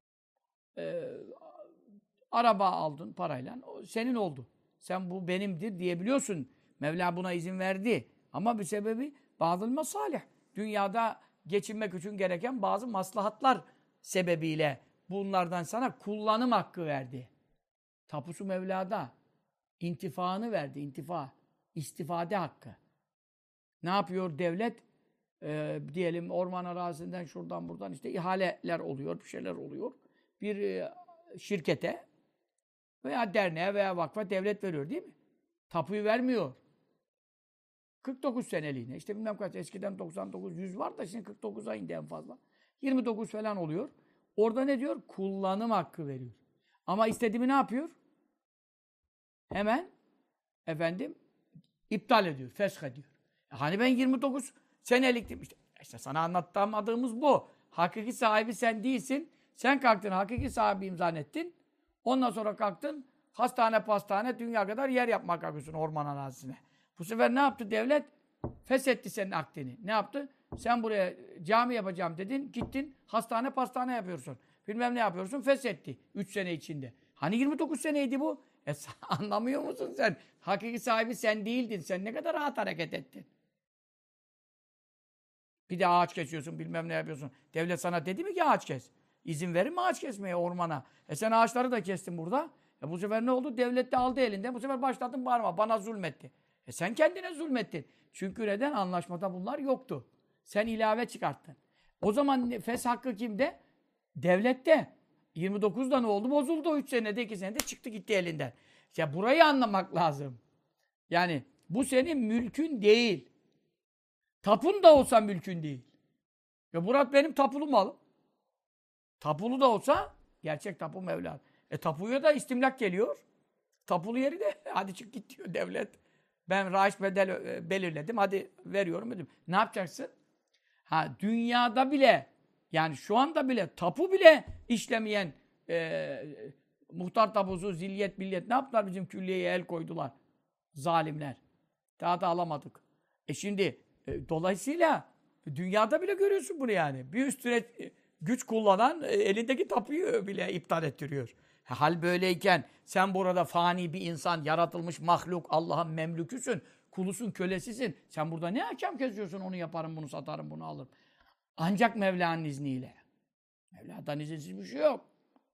araba aldın parayla senin oldu. Sen bu benimdir diyebiliyorsun. Mevla buna izin verdi. Ama bir sebebi bazı masalih. Dünyada geçinmek için gereken bazı maslahatlar sebebiyle bunlardan sana kullanım hakkı verdi. Tapusu Mevla'da. İntifaını verdi. İntifa. İstifade hakkı. Ne yapıyor devlet? Diyelim orman arazisinden şuradan buradan işte ihaleler oluyor. Bir şeyler oluyor. Bir şirkete veya derneğe veya vakfa devlet veriyor değil mi? Tapuyu vermiyor. 49 seneliğine. İşte bilmem kaç. Eskiden 99, 100 var da şimdi 49'a indi en fazla. 29 falan oluyor. Orada ne diyor? Kullanım hakkı veriyor. Ama istediğimi ne yapıyor? Hemen iptal ediyor. Fesh ediyor. Hani ben 29 seneliktim. İşte sana anlatamadığımız bu. Hakiki sahibi sen değilsin. Sen kalktın hakiki sahibiyim zannettin. Ondan sonra kalktın hastane pastane dünya kadar yer yapmak kalkıyorsun orman arazisine. Bu sefer ne yaptı devlet? Feshetti senin akdini. Ne yaptı? Sen buraya cami yapacağım dedin. Gittin hastane pastane yapıyorsun. Bilmem ne yapıyorsun. Feshetti 3 sene içinde. Hani 29 seneydi bu? Anlamıyor musun sen? Hakiki sahibi sen değildin. Sen ne kadar rahat hareket ettin. Bir de ağaç kesiyorsun, bilmem ne yapıyorsun. Devlet sana dedi mi ki ağaç kes? İzin verir mi ağaç kesmeye ormana? Sen ağaçları da kestin burada. Bu sefer ne oldu? Devlet de aldı elinden. Bu sefer başladın bağırma. Bana zulmetti. Sen kendine zulmettin. Çünkü neden? Anlaşmada bunlar yoktu. Sen ilave çıkarttın. O zaman fes hakkı kimde? Devlette. 29'da ne oldu? Bozuldu. 3 senede 2 senede çıktı gitti elinden. Ya burayı anlamak lazım. Yani bu senin mülkün değil. Tapun da olsa mülkün değil. Ya Murat benim tapulu malım. Tapulu da olsa gerçek tapu Mevla. Tapuya da istimlak geliyor. Tapulu yeri de hadi çık git diyor devlet. Ben rahiç bedel belirledim. Hadi veriyorum dedim. Ne yapacaksın? Dünyada bile yani şu anda bile tapu bile işlemeyen muhtar tapusu, zilyet, milliyet ne yaptılar bizim külliyeye el koydular. Zalimler. Daha da alamadık. Şimdi dolayısıyla dünyada bile görüyorsun bunu yani. Bir üstüne güç kullanan elindeki tapuyu bile iptal ettiriyor. Hal böyleyken sen burada fani bir insan, yaratılmış mahluk, Allah'ın memlüküsün, kulusun, kölesisin. Sen burada ne hakem kesiyorsun? Onu yaparım, bunu satarım, bunu alırım. Ancak Mevla'nın izniyle. Mevla'dan izinsiz bir şey yok.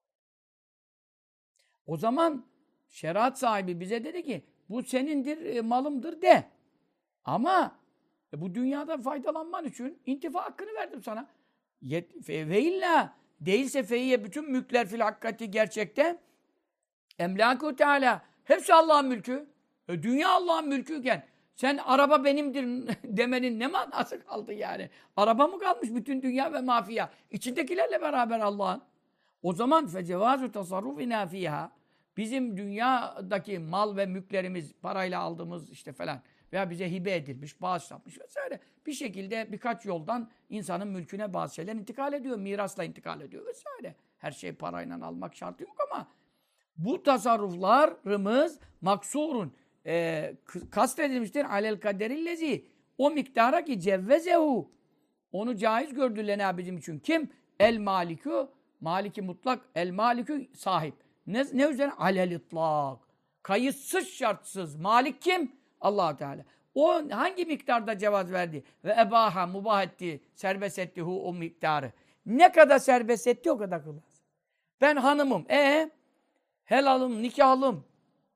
O zaman şeriat sahibi bize dedi ki bu senindir, malımdır de. Ama bu dünyada faydalanman için intifa hakkını verdim sana. Ve illa değilse feyye bütün mülkler fil hakikati gerçekte emlâkû teâlâ. Hepsi Allah'ın mülkü. Dünya Allah'ın mülküyken sen araba benimdir demenin ne manası kaldı yani? Araba mı kalmış bütün dünya ve mafya? İçindekilerle beraber Allah'ın. O zaman fecevâzu tasarrufinâ fîhâ. Bizim dünyadaki mal ve mülklerimiz parayla aldığımız işte falan veya bize hibe edilmiş, bağışlanmış vesaire. Bir şekilde birkaç yoldan insanın mülküne bazı şeyler intikal ediyor. Mirasla intikal ediyor vesaire. Her şey parayla almak şartı yok ama bu tasarruflarımız maksurun kastedilmiştir alel kaderillezi o miktara ki cevvezehu onu caiz gördü lena bizim için. Kim? El malikü maliki mutlak el malikü sahip. Ne üzerine? Alel itlak. Kayıtsız şartsız. Malik kim? Allah Teala. O hangi miktarda cevaz verdi? Ve ebaha mubah etti, serbest etti o miktarı. Ne kadar serbest etti o kadar kılmaz. Ben hanımım. Helalım, nikahlım.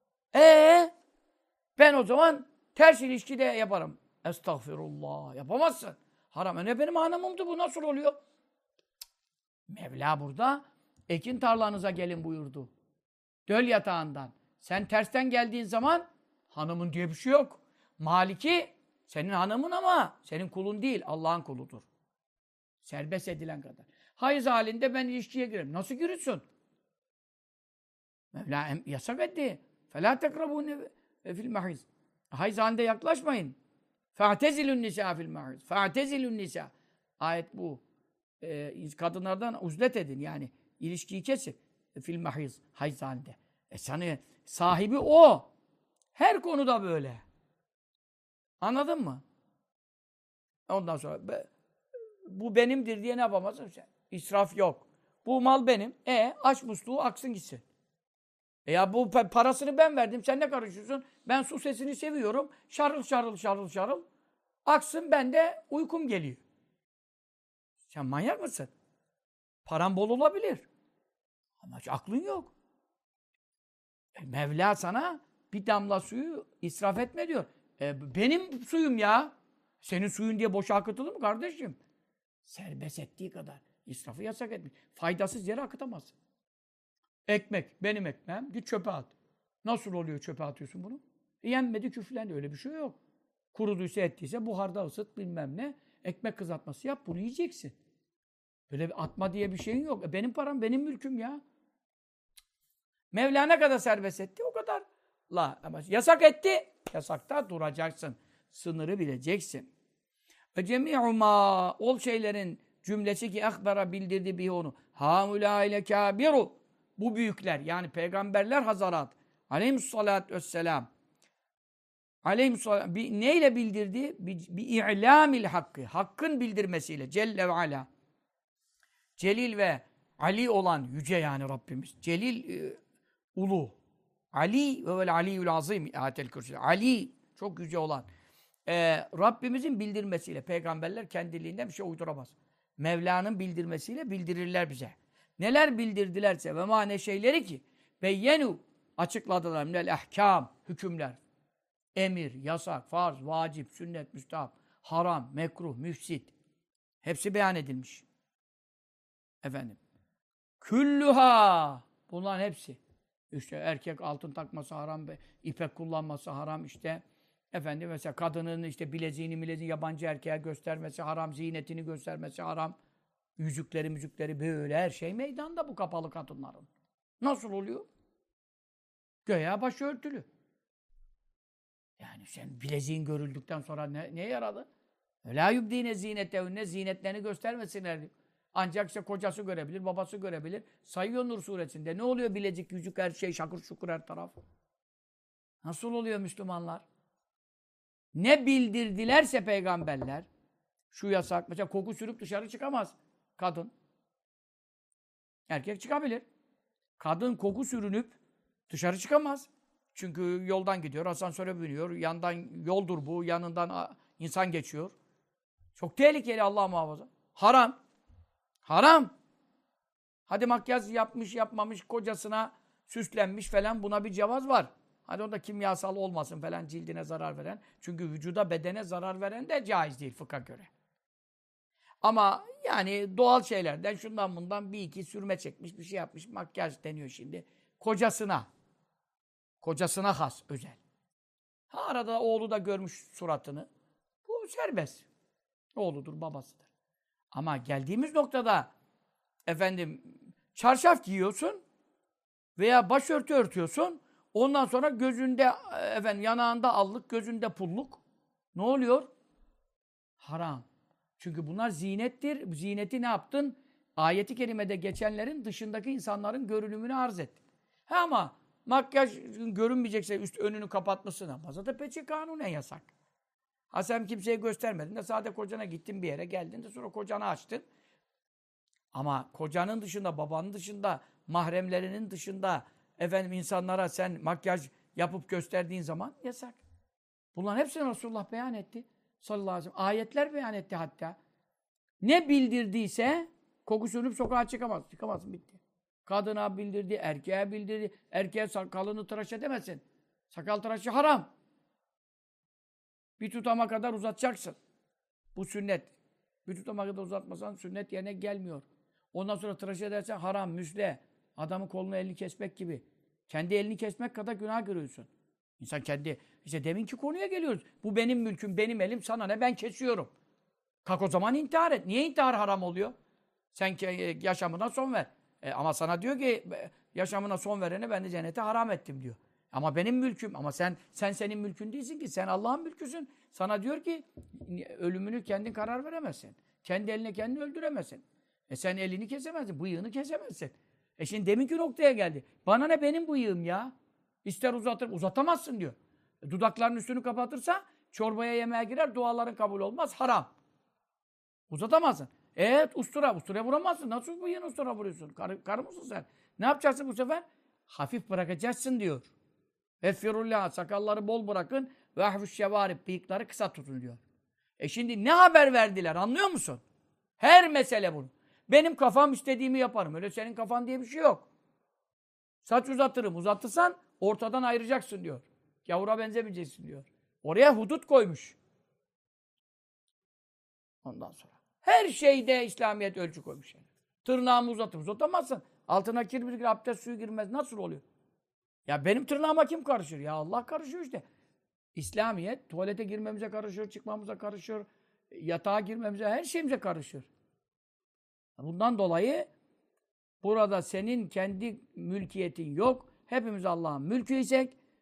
Ben o zaman ters ilişki de yaparım. Estağfirullah. Yapamazsın. Haram. Benim hanımımdı bu nasıl oluyor? Mevla burada ekin tarlanıza gelin buyurdu. Döl yatağından. Sen tersten geldiğin zaman hanımın diye bir şey yok. Maliki senin hanımın ama senin kulun değil. Allah'ın kuludur. Serbest edilen kadar. Hayız halinde ben ilişkiye girerim. Nasıl giriyorsun? Mevla yasak etti. فَلَا تَقْرَبُونَ fil mahiz. Hayız halinde yaklaşmayın. فَاَعْتَزِلُ النِّسَا fil mahiz. فَاَعْتَزِلُ النِّسَا. Ayet bu. Kadınlardan uzlet edin. Yani ilişkiyi kesin. Fil mahiz. Hayız halinde. Sana sahibi o. Her konuda böyle. Anladın mı? Ondan sonra bu benimdir diye ne yapamazsın sen? İsraf yok. Bu mal benim. Aç musluğu aksın gitsin. Ya bu parasını ben verdim. Sen ne karışıyorsun? Ben su sesini seviyorum. Şarıl şarıl şarıl şarıl. Aksın ben de uykum geliyor. Sen manyak mısın? Paran bol olabilir. Ama hiç aklın yok. Mevla sana bir damla suyu israf etme diyor. Benim suyum ya. Senin suyun diye boşa akıtılır mı kardeşim? Serbest ettiği kadar. İsrafı yasak etmiş. Faydasız yere akıtamazsın. Ekmek, benim ekmeğim. Git çöpe at. Nasıl oluyor çöpe atıyorsun bunu? Yenmedi, küflendi. Öyle bir şey yok. Kuruduysa ettiyse buharda ısıt bilmem ne. Ekmek kızartması yap, bunu yiyeceksin. Böyle bir atma diye bir şeyin yok. Benim param, benim mülküm ya. Mevla ne kadar serbest etti o kadar. Ama yasak etti. Yasakta duracaksın. Sınırı bileceksin. Ve cemi'u ma ol şeylerin cümlesi ki akbara bildirdi bir onu. Hamula ile kabiru. Bu büyükler yani peygamberler hazarat. Aleyhissalatü vesselam. Aleyhissalatü neyle bildirdi? Bi i'lamil hakkı. Hakkın bildirmesiyle. Celle ve ala. Celil ve Ali olan yüce yani Rabbimiz. Celil ulu. Ali ve vel aliyyül azim. Ayetel kürsü. Ali çok yüce olan. Rabbimizin bildirmesiyle. Peygamberler kendiliğinden bir şey uyduramaz. Mevla'nın bildirmesiyle bildirirler bize. Neler bildirdilerse ve ma ne şeyleri ki beyyenu açıkladılar minel ahkam hükümler. Emir, yasak, farz, vacip, sünnet, müstahap, haram, mekruh, müfsit. Hepsi beyan edilmiş. Efendim. Küllüha. Bunların hepsi. İşte erkek altın takması haram, ipek kullanması haram işte. Efendim mesela kadının işte bileziğini yabancı erkeğe göstermesi haram, ziynetini göstermesi haram. Müzikleri böyle her şey meydanda bu kapalı kadınların. Nasıl oluyor? Göya başörtülü. Yani sen bileziğin görüldükten sonra ne yaradı? Lâ yubdîne zînetehunne zinetlerini göstermesinler diyor. Ancak işte kocası görebilir, babası görebilir. Sayıyor Nur suresinde. Ne oluyor bilezik, yüzük, her şey, şakır şukur her taraf. Nasıl oluyor Müslümanlar? Ne bildirdilerse peygamberler, şu yasak, mesela koku sürüp dışarı çıkamaz kadın. Erkek çıkabilir. Kadın koku sürünüp dışarı çıkamaz. Çünkü yoldan gidiyor, asansöre biniyor, yandan yoldur bu, yanından insan geçiyor. Çok tehlikeli Allah muhafaza. Haram. Haram. Hadi makyaj yapmış yapmamış, kocasına süslenmiş falan buna bir cevaz var. Hadi o da kimyasal olmasın falan cildine zarar veren. Çünkü vücuda, bedene zarar veren de caiz değil fıkha göre. Ama yani doğal şeylerden şundan bundan bir iki sürme çekmiş, bir şey yapmış. Makyaj deniyor şimdi. Kocasına. Kocasına has, özel. Ha arada oğlu da görmüş suratını. Bu serbest. Oğludur, babasıdır. Ama geldiğimiz noktada efendim çarşaf giyiyorsun veya başörtü örtüyorsun. Ondan sonra gözünde efendim yanağında allık, gözünde pulluk. Ne oluyor? Haram. Çünkü bunlar zinettir. Zineti ne yaptın? Ayet-i kerimede geçenlerin dışındaki insanların görünümünü arz ettin. Ha ama makyaj görünmeyecekse üst önünü kapatmışsın ama zaten peçe kanunen yasak. Ha sen kimseye göstermedin de sadece kocana gittin bir yere geldin de sonra kocanı açtın. Ama kocanın dışında, babanın dışında, mahremlerinin dışında efendim insanlara sen makyaj yapıp gösterdiğin zaman yasak. Bunların hepsini Resulullah beyan etti. Sallallahu aleyhi ve sellem. Ayetler beyan etti hatta. Ne bildirdiyse koku sürüp sokağa çıkamaz. Çıkamazsın bitti. Kadına bildirdi, erkeğe bildirdi. Erkeğe sakalını tıraş edemezsin. Sakal tıraşı haram. Bir tutama kadar uzatacaksın. Bu sünnet. Bir tutama kadar uzatmasan sünnet yerine gelmiyor. Ondan sonra tıraş edersen haram, müsle. Adamın kolunu elini kesmek gibi. Kendi elini kesmek kadar günah görüyorsun. İnsan kendi, işte deminki konuya geliyoruz. Bu benim mülküm, benim elim, sana ne, ben kesiyorum. Kalk o zaman intihar et. Niye intihar haram oluyor? Sen yaşamına son ver. Ama sana diyor ki yaşamına son verene ben de cennete haram ettim diyor. Ama benim mülküm. Ama senin mülkün değilsin ki. Sen Allah'ın mülküsün. Sana diyor ki ölümünü kendin karar veremezsin. Kendi eline kendini öldüremezsin. Sen elini kesemezsin. Bıyığını kesemezsin. Şimdi deminki noktaya geldi. Bana ne benim bıyığım ya? İster uzatır. Uzatamazsın diyor. Dudaklarının üstünü kapatırsa çorbaya yemeğe girer. Duaların kabul olmaz. Haram. Uzatamazsın. Evet ustura. Usturaya vuramazsın. Nasıl bıyığını ustura vuruyorsun? Karı mısın sen? Ne yapacaksın bu sefer? Hafif bırakacaksın diyor. Effirullah. Sakalları bol bırakın. Ve ahfuş şevarib. Bıyıkları kısa tutun diyor. Şimdi ne haber verdiler anlıyor musun? Her mesele bunu. Benim kafam istediğimi yaparım. Öyle senin kafan diye bir şey yok. Saç uzatırım. Uzatırsan ortadan ayıracaksın diyor. Gavura benzemeyeceksin diyor. Oraya hudut koymuş. Ondan sonra. Her şeyde İslamiyet ölçü koymuş. Yani. Tırnağımı uzatamazsın. Altına kirpik abdest suyu girmez. Nasıl oluyor? Ya benim tırnağıma kim karışır? Ya Allah karışıyor işte. İslamiyet tuvalete girmemize karışır, çıkmamıza karışır, yatağa girmemize, her şeyimize karışır. Bundan dolayı burada senin kendi mülkiyetin yok. Hepimiz Allah'ın mülküysek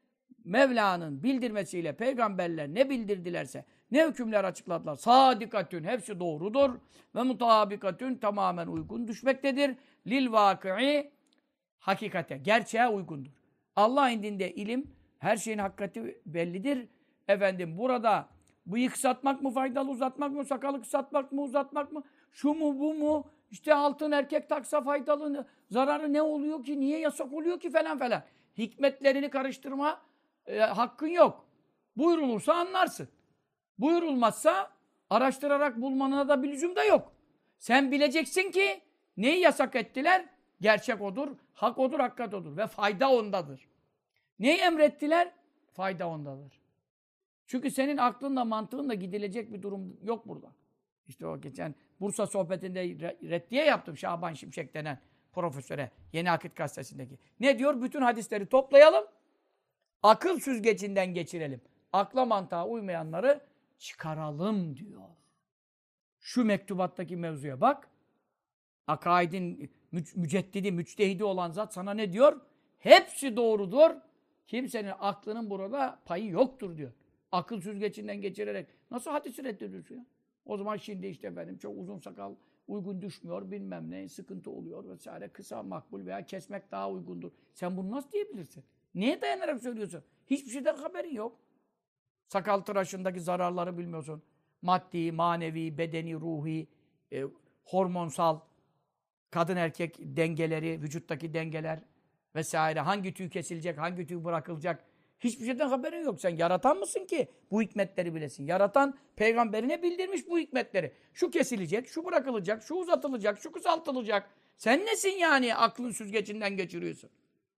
Mevla'nın bildirmesiyle peygamberler ne bildirdilerse, ne hükümler açıkladılar. Sadikatün, hepsi doğrudur. Ve mutabikatün, tamamen uygun düşmektedir. Lil vakı'i, hakikate, gerçeğe uygundur. Allah indinde ilim, her şeyin hakikati bellidir. Efendim burada bıyık kısaltmak mı faydalı, uzatmak mı, sakalı kısaltmak mı, uzatmak mı, şu mu, bu mu, işte altın erkek taksa faydalı, zararı ne oluyor ki, niye yasak oluyor ki falan falan. Hikmetlerini karıştırma hakkın yok. Buyurulursa anlarsın. Buyurulmazsa araştırarak bulmanına da bir lüzum da yok. Sen bileceksin ki neyi yasak ettiler? Gerçek odur, hak odur, hakikat odur ve fayda ondadır. Neyi emrettiler? Fayda ondadır. Çünkü senin aklınla, mantığınla gidilecek bir durum yok burada. İşte o geçen Bursa sohbetinde reddiye yaptım Şaban Şimşek denen profesöre. Yeni Akit Gazetesi'ndeki. Ne diyor? Bütün hadisleri toplayalım. Akıl süzgecinden geçirelim. Akla mantığa uymayanları çıkaralım diyor. Şu mektubattaki mevzuya bak. Akaidin müceddidi, müçtehidi olan zat sana ne diyor? Hepsi doğrudur. Kimsenin aklının burada payı yoktur diyor. Akıl süzgecinden geçirerek nasıl hadisi reddediyorsun ya? O zaman şimdi işte efendim çok uzun sakal uygun düşmüyor, bilmem ne, sıkıntı oluyor vesaire. Kısa makbul veya kesmek daha uygundur. Sen bunu nasıl diyebilirsin? Neye dayanarak söylüyorsun? Hiçbir şeyden haberin yok. Sakal tıraşındaki zararları bilmiyorsun. Maddi, manevi, bedeni, ruhi, hormonsal, kadın erkek dengeleri, vücuttaki dengeler vesaire. Hangi tüy kesilecek, hangi tüy bırakılacak. Hiçbir şeyden haberin yok. Sen yaratan mısın ki bu hikmetleri bilesin? Yaratan peygamberine bildirmiş bu hikmetleri. Şu kesilecek, şu bırakılacak, şu uzatılacak, şu kısaltılacak. Sen nesin yani aklın süzgecinden geçiriyorsun?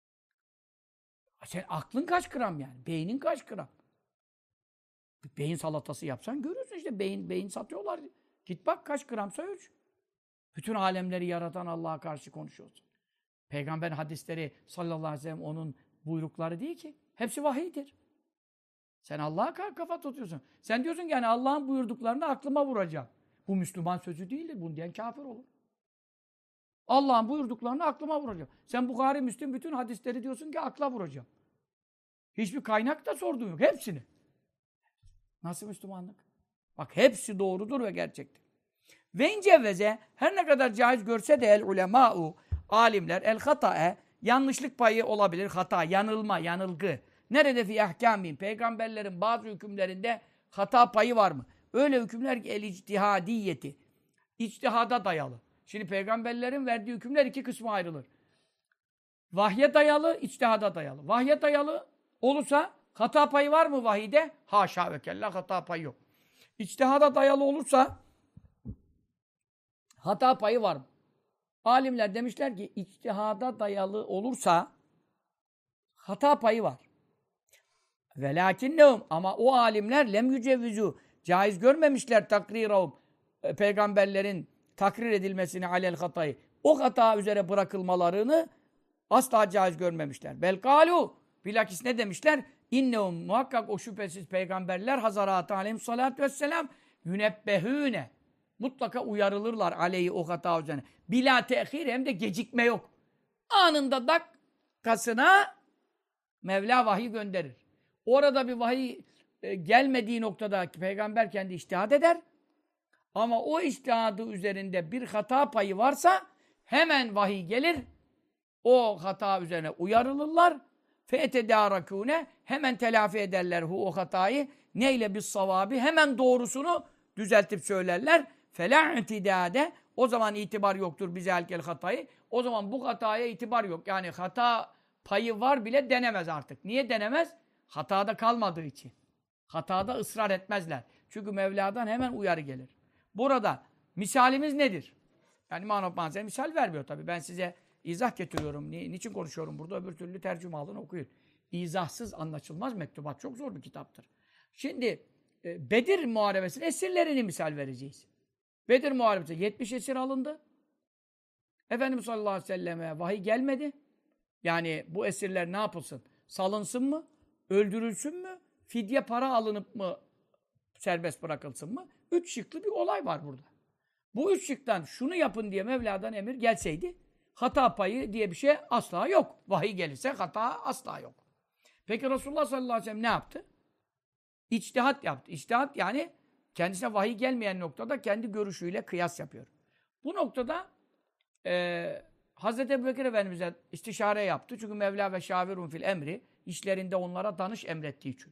Sen aklın kaç gram yani? Beynin kaç gram? Beyin salatası yapsan görüyorsun işte beyin satıyorlar. Git bak kaç gramsa ölç. Bütün alemleri yaratan Allah'a karşı konuşuyorsun. Peygamber hadisleri sallallahu aleyhi ve sellem onun buyrukları değil ki. Hepsi vahiydir. Sen Allah'a kafa tutuyorsun. Sen diyorsun ki yani Allah'ın buyurduklarını aklıma vuracağım. Bu Müslüman sözü değildir. Bunu diyen kafir olur. Allah'ın buyurduklarını aklıma vuracağım. Sen Bukhari, Müslim bütün hadisleri diyorsun ki akla vuracağım. Hiçbir kaynak da sorduğun yok. Hepsini. Nasıl Müslümanlık? Bak hepsi doğrudur ve gerçektir. Ve incevveze her ne kadar caiz görse de el ulemâ'u alimler el hata'e yanlışlık payı olabilir. Hata, yanılma, yanılgı. Nerede fi ahkâmîn? Peygamberlerin bazı hükümlerinde hata payı var mı? Öyle hükümler ki el ictihadiyeti. İçtihada dayalı. Şimdi peygamberlerin verdiği hükümler iki kısma ayrılır. Vahye dayalı, içtihada dayalı. Vahye dayalı olursa hata payı var mı vahide? Haşa ve kella hata payı yok. İçtihada dayalı olursa hata payı var mı? Alimler demişler ki içtihada dayalı olursa hata payı var. Velakinnehum ama o alimler lem yücevvizu caiz görmemişler takrirahum peygamberlerin takrir edilmesini alel hatayı. O hata üzere bırakılmalarını asla caiz görmemişler. Belkalu bilakis ne demişler? İnnehum muhakkak o şüphesiz peygamberler hazarat aleyhissalatü vesselam yünebbehüne mutlaka uyarılırlar aleyhi o hata üzerine. Bila tehir hem de gecikme yok. Anında dakikasına Mevla vahiy gönderir. Orada bir vahiy gelmediği noktada peygamber kendi içtihad eder. Ama o içtihadı üzerinde bir hata payı varsa hemen vahiy gelir. O hata üzerine uyarılırlar. فَاَتَدَارَكُونَ hemen telafi ederler o hatayı. Neyle bis savabi? Hemen doğrusunu düzeltip söylerler. فَلَا اِتِدَادَ o zaman itibar yoktur bize elkel hatayı. O zaman bu hataya itibar yok. Yani hata payı var bile denemez artık. Niye denemez? Hatada kalmadığı için. Hatada ısrar etmezler. Çünkü Mevla'dan hemen uyarı gelir. Burada misalimiz nedir? Yani İmam Hazretleri misal vermiyor tabii. Ben size izah getiriyorum. Niçin konuşuyorum burada? Öbür türlü tercüme alın okuyun. İzahsız anlaşılmaz mektubat. Çok zor bir kitaptır. Şimdi Bedir Muharebesi'nin esirlerini misal vereceğiz. Bedir Muharebesi 70 esir alındı. Efendimiz sallallahu aleyhi ve selleme vahiy gelmedi. Yani bu esirler ne yapılsın? Salınsın mı? Öldürülsün mü? Fidye para alınıp mı serbest bırakılsın mı? 3 şıklı bir olay var burada. Bu 3 şıktan şunu yapın diye Mevla'dan emir gelseydi hata payı diye bir şey asla yok. Vahiy gelirse hata asla yok. Peki Resulullah sallallahu aleyhi ve sellem ne yaptı? İçtihat yaptı. İçtihat yani kendisine vahiy gelmeyen noktada kendi görüşüyle kıyas yapıyor. Bu noktada Hazreti Ebubekir Efendimiz'e istişare yaptı. Çünkü Mevla ve şavirun fil emri işlerinde onlara danış emrettiği için.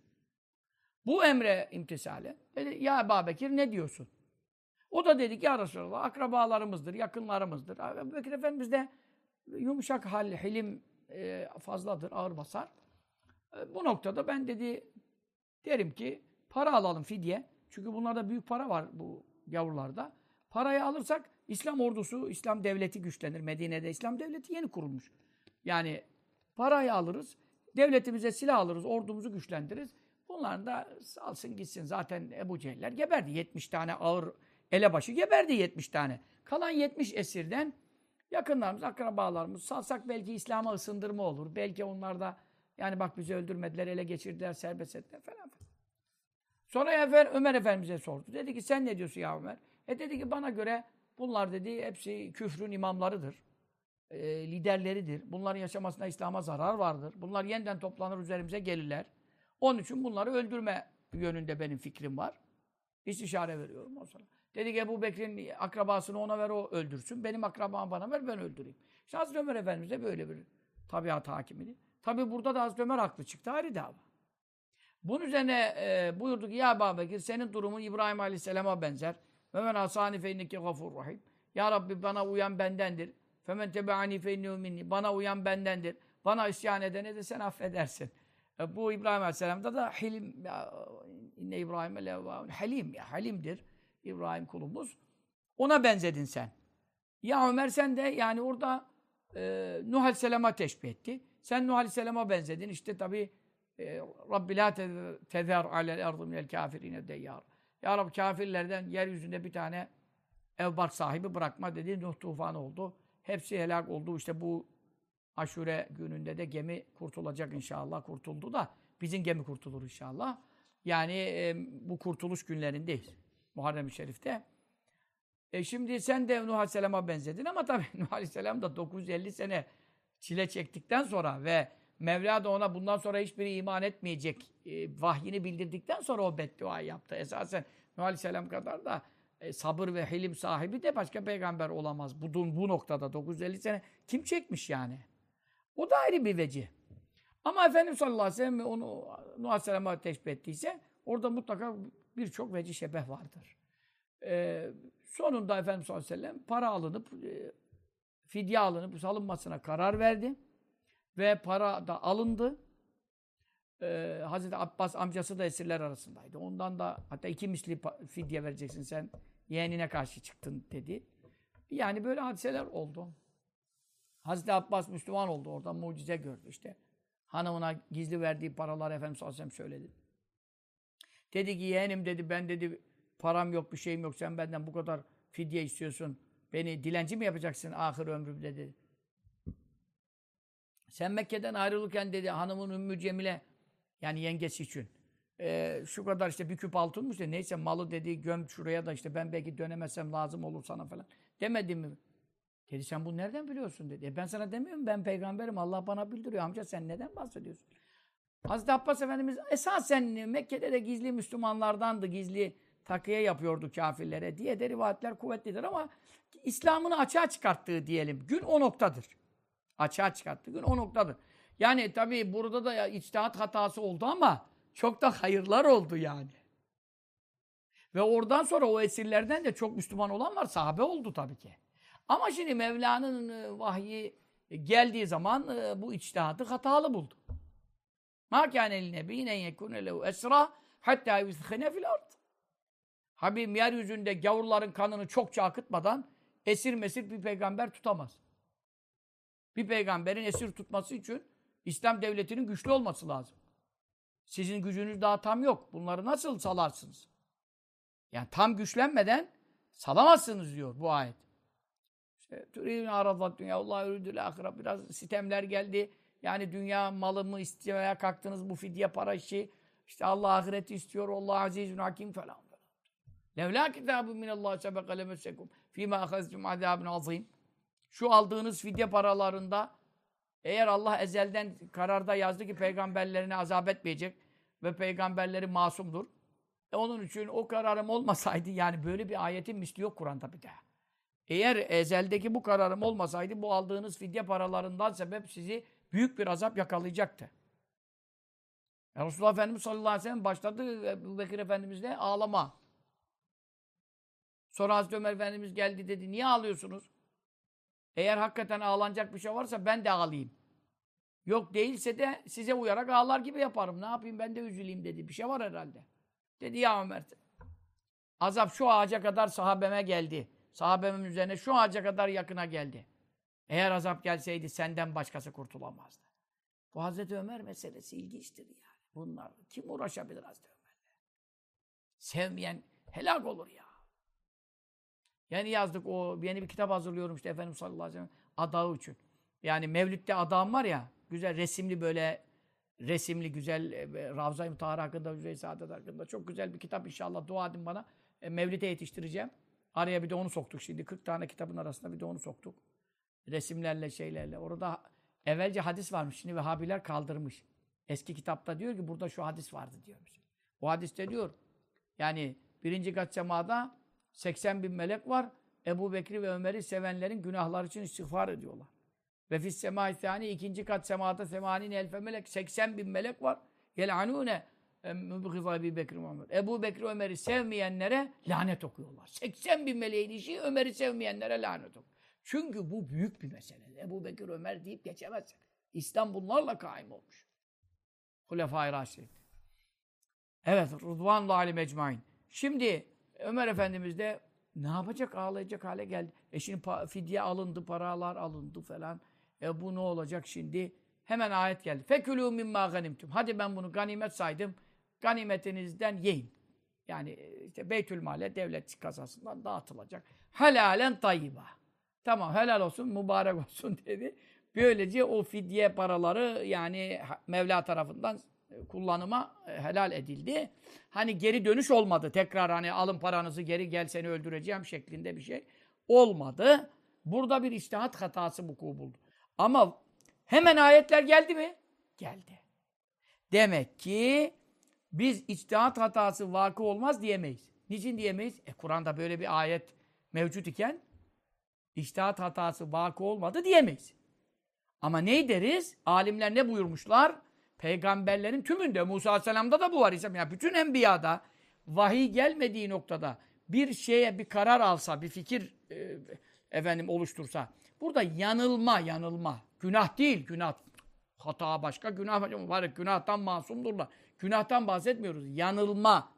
Bu emre imtisale. Dedi, ya Ebubekir ne diyorsun? O da dedi ki ya Resulallah akrabalarımızdır, yakınlarımızdır. Ebubekir Efendimiz de yumuşak hal, hilim fazladır, ağır basar. Bu noktada ben dedi derim ki para alalım fidye. Çünkü bunlarda büyük para var bu gavurlarda. Parayı alırsak İslam ordusu, İslam devleti güçlenir. Medine'de İslam devleti yeni kurulmuş. Yani parayı alırız, devletimize silah alırız, ordumuzu güçlendiririz. Bunların da alsın gitsin. Zaten Ebu Cehiller geberdi. 70 tane ağır elebaşı geberdi 70 tane. Kalan 70 esirden yakınlarımız, akrabalarımız salsak belki İslam'a ısındırma olur. Belki onlar da yani bak bizi öldürmediler, ele geçirdiler, serbest ettiler falan. Sonra Ömer Efendimiz'e sordu. Dedi ki sen ne diyorsun ya Ömer? Dedi ki bana göre bunlar dedi hepsi küfrün imamlarıdır. Liderleridir. Bunların yaşamasına İslam'a zarar vardır. Bunlar yeniden toplanır üzerimize gelirler. Onun için bunları öldürme yönünde benim fikrim var. İstişare veriyorum o sonra. Dedi ki Ebu Bekir'in akrabasını ona ver o öldürsün. Benim akrabamı bana ver ben öldüreyim. İşte Hazreti Ömer Efendimiz de böyle bir tabiat hakimiydi. Tabi burada da Hazreti Ömer haklı çıktı. Ayrı dava. Bunun üzerine buyurdu ki ya Ebu Bekir senin durumun İbrahim Aleyhisselam'a benzer. Ve men asani fe inneke gafurur rahim. Ya Rabbi bana uyan bendendir. Femen tebe'ani fe innehu minni. Bana uyan bendendir. Bana isyan edene de sen affedersin. Bu İbrahim Aleyhisselam'da da hilim. İnne İbrahim'e levvâun halim. Ya halimdir. İbrahim kulumuz. Ona benzedin sen. Ya Ömer sen de yani orada Nuh Aleyhisselam'a teşbih etti. Sen Nuh Aleyhisselam'a benzedin. İşte tabi Rabbi la tezer alel ardı minel kafirine deyyar. Ya Rabbi kafirlerden yeryüzünde bir tane evbark sahibi bırakma dedi. Nuh tufanı oldu. Hepsi helak oldu. İşte bu Aşure gününde de gemi kurtulacak inşallah. Kurtuldu da bizim gemi kurtulur inşallah. Yani bu kurtuluş günlerindeyiz. Muharrem-i Şerif'te. Şimdi sen de Nuh Aleyhisselam'a benzedin ama tabii Nuh Aleyhisselam da 950 sene çile çektikten sonra ve Mevla da ona bundan sonra hiçbiri iman etmeyecek vahyini bildirdikten sonra o bedduayı yaptı. Esasen Nuh Aleyhisselam kadar da sabır ve hilim sahibi de başka peygamber olamaz. Bu noktada 950 sene kim çekmiş yani? O da ayrı bir vecih. Ama Efendimiz sallallahu aleyhi ve sellem onu Nuh Aleyhisselam'a teşbih ettiyse orada mutlaka birçok vecih şebeh vardır. Sonunda Efendimiz sallallahu aleyhi ve sellem para alınıp fidye alınıp salınmasına karar verdi. Ve para da alındı. Hazreti Abbas amcası da esirler arasındaydı. Ondan da hatta 2 misli fidye vereceksin sen yeğenine karşı çıktın dedi. Yani böyle hadiseler oldu. Hazreti Abbas Müslüman oldu. Oradan mucize gördü işte. Hanımına gizli verdiği paralar Efendimiz sallallahu aleyhi ve sellem söyledi. Dedi ki yeğenim dedi ben dedi param yok bir şeyim yok sen benden bu kadar fidye istiyorsun. Beni dilenci mi yapacaksın ahir ömrümde dedi. Sen Mekke'den ayrılırken dedi hanımın Ümmü Cemile yani yengesi için şu kadar işte bir küp altınmış da neyse malı dedi göm şuraya da işte ben belki dönemezsem lazım olur sana falan. Demedi mi? Dedi sen bunu nereden biliyorsun dedi. Ben sana demiyorum ben peygamberim Allah bana bildiriyor amca sen neden bahsediyorsun? Hazreti Abbas Efendimiz esasen Mekke'de de gizli Müslümanlardandı. Gizli takiye yapıyordu kafirlere diye de rivayetler kuvvetlidir ama İslam'ını açığa çıkarttığı diyelim. Gün o noktadır. Açığa çıkarttığı gün o noktadır. Yani tabii burada da içtihat hatası oldu ama çok da hayırlar oldu yani. Ve oradan sonra o esirlerden de çok Müslüman olan var. Sahabe oldu tabii ki. Ama şimdi Mevla'nın vahyi geldiği zaman bu içtihadı hatalı buldu. مَا كَانَ لِنَبِينَ يَكُونَ لَهُ اَسْرَى حَتَّى يُثْخِنَ فِي الْأَرْضِ Habibim yeryüzünde gavurların kanını çokça akıtmadan esir mesir bir peygamber tutamaz. Bir peygamberin esir tutması için İslam devletinin güçlü olması lazım. Sizin gücünüz daha tam yok. Bunları nasıl salarsınız? Yani tam güçlenmeden salamazsınız diyor bu ayet. Türîvne aradat dünya Allah ürüdül ahire biraz sitemler geldi. Yani dünya malımı istemeye kalktınız bu fidye para işi. İşte Allah ahireti istiyor. Allah azizun hakim falan. Levlâ kitâbun minallâhi sebeka lemessekum fîmâ ahaztum azâbun azîm. Şu aldığınız fidye paralarında Eğer Allah ezelden kararda yazdı ki peygamberlerini azap etmeyecek ve peygamberleri masumdur. Onun için o kararım olmasaydı, yani böyle bir ayetin misli yok Kur'an'da bir daha. Eğer ezeldeki bu kararım olmasaydı bu aldığınız fidye paralarından sebep sizi büyük bir azap yakalayacaktı. Resulullah Efendimiz sallallahu aleyhi ve sellem başladı Ebu Bekir Efendimiz'le ağlama. Sonra Hazreti Ömer Efendimiz geldi dedi, niye ağlıyorsunuz? Eğer hakikaten ağlanacak bir şey varsa ben de ağlayayım. Yok değilse de size uyarak ağlar gibi yaparım. Ne yapayım, ben de üzüleyim dedi. Bir şey var herhalde. Dedi ya Ömer, azap şu ağaca kadar sahabeme geldi. Sahabemin üzerine şu ağaca kadar yakına geldi. Eğer azap gelseydi senden başkası kurtulamazdı. Bu Hazreti Ömer meselesi ilginçtir yani. Bunlar kim uğraşabilir Hazreti Ömer'le? Sevmeyen helak olur ya. Yani yazdık, o yeni bir kitap hazırlıyorum işte Efendimiz sallallahu aleyhi ve sellem adağı için. Yani Mevlid'de adağım var ya, güzel resimli, böyle resimli güzel Ravza-i Mutahhara hakkında, Hüzey-i Saadet hakkında çok güzel bir kitap inşallah, dua edin bana. Mevlid'e yetiştireceğim. Araya bir de onu soktuk şimdi. 40 tane kitabın arasında bir de onu soktuk. Resimlerle, şeylerle. Orada evvelce hadis varmış. Şimdi Vehhabiler kaldırmış. Eski kitapta diyor ki burada şu hadis vardı diyor. O hadiste diyor yani birinci kat semada 80 bin melek var. Ebu Bekri ve Ömer'i sevenlerin günahları için istiğfar ediyorlar. Ve fis semâ-i thâni, ikinci kat semada semânin elfe melek, 80 bin melek var. Yel'anûne mübgîzâ Ebu Bekri ve Ömer. Ebu Bekri Ömer'i sevmeyenlere lanet okuyorlar. 80 bin meleğin işi Ömer'i sevmeyenlere lanet okuyor. Çünkü bu büyük bir mesele. Ebu Bekir Ömer deyip geçemezsin. İslam bunlarla kaim olmuş. Hulefâ-i Raşidin. Evet, Rıdvanullahi aleyhim ecmaîn. Şimdi Ömer Efendimiz de ne yapacak? Ağlayacak hale geldi. Şimdi fidye alındı, paralar alındı falan. Bu ne olacak şimdi? Hemen ayet geldi. Fekülû mimmâ ganimtum. Hadi ben bunu ganimet saydım. Ganimetinizden yiyin. Yani işte Beytülmale, devlet kasasından dağıtılacak. Helalen tayyiba. Tamam, helal olsun, mübarek olsun dedi. Böylece o fidye paraları yani Mevla tarafından kullanıma helal edildi. Hani geri dönüş olmadı. Tekrar hani alın paranızı geri, gel seni öldüreceğim şeklinde bir şey olmadı. Burada bir içtihat hatası vuku buldu. Ama hemen ayetler geldi mi? Geldi. Demek ki biz içtihat hatası vakı olmaz diyemeyiz. Niçin diyemeyiz? Kur'an'da böyle bir ayet mevcut iken içtihat hatası vakı olmadı diyemeyiz. Ama ne deriz? Alimler ne buyurmuşlar? Peygamberlerin tümünde, Musa Aleyhisselam'da da bu var. Yani bütün enbiyada vahiy gelmediği noktada bir şeye bir karar alsa, bir fikir oluştursa. Burada yanılma. Günah değil, günah. Hata başka, günah başka. Var, günahtan masumdurlar. Günahtan bahsetmiyoruz. Yanılma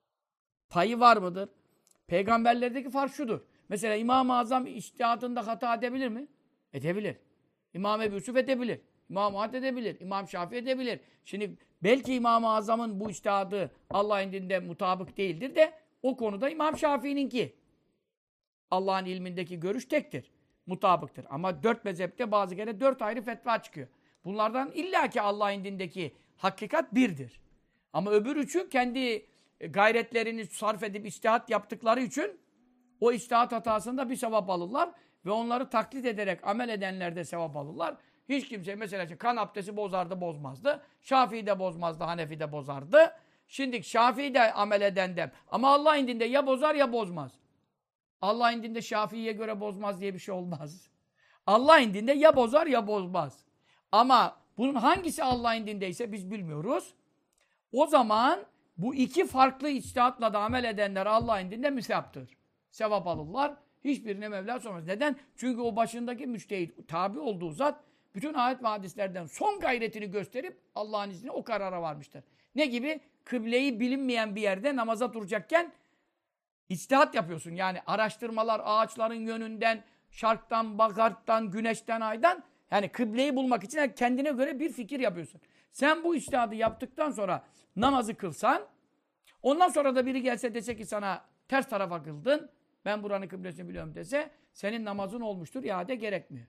payı var mıdır? Peygamberlerdeki fark şudur. Mesela İmam-ı Azam içtihadında hata edebilir mi? Edebilir. İmam Ebu Yusuf edebilir. İmam Ahmed edebilir. İmam Şafii edebilir. Şimdi belki İmam-ı Azam'ın bu içtihadı Allah'ın indinde mutabık değildir de o konuda İmam Şafii'ninki Allah'ın ilmindeki görüş tektir. Mutabıktır. Ama 4 mezhepte bazı kere 4 ayrı fetva çıkıyor. Bunlardan illaki Allah'ın indindeki hakikat birdir. Ama öbür üçü kendi gayretlerini sarf edip içtihat yaptıkları için o içtihat hatasında bir sevap alırlar ve onları taklit ederek amel edenler de sevap alırlar. Hiç kimse mesela kan abdesti bozardı, bozmazdı. Şafii de bozmazdı, Hanefi de bozardı. Şimdi Şafii de amel eden de. Ama Allah indinde ya bozar ya bozmaz. Allah indinde Şafii'ye göre bozmaz diye bir şey olmaz. Allah indinde ya bozar ya bozmaz. Ama bunun hangisi Allah indindeyse biz bilmiyoruz. O zaman bu iki farklı içtihatla da amel edenler Allah indinde müsaptır. Sevap alırlar. Hiçbirine Mevla sormaz. Neden? Çünkü o başındaki müçtehit, tabi olduğu zat bütün ayet ve hadislerden son gayretini gösterip Allah'ın izniyle o karara varmıştır. Ne gibi? Kıbleyi bilinmeyen bir yerde namaza duracakken içtihat yapıyorsun. Yani araştırmalar ağaçların yönünden, şarktan, bagarttan, güneşten, aydan, yani kıbleyi bulmak için kendine göre bir fikir yapıyorsun. Sen bu içtihadı yaptıktan sonra namazı kılsan, ondan sonra da biri gelse dese ki sana ters tarafa kıldın, ben buranın kıblesini biliyorum dese, senin namazın olmuştur, iade gerekmiyor.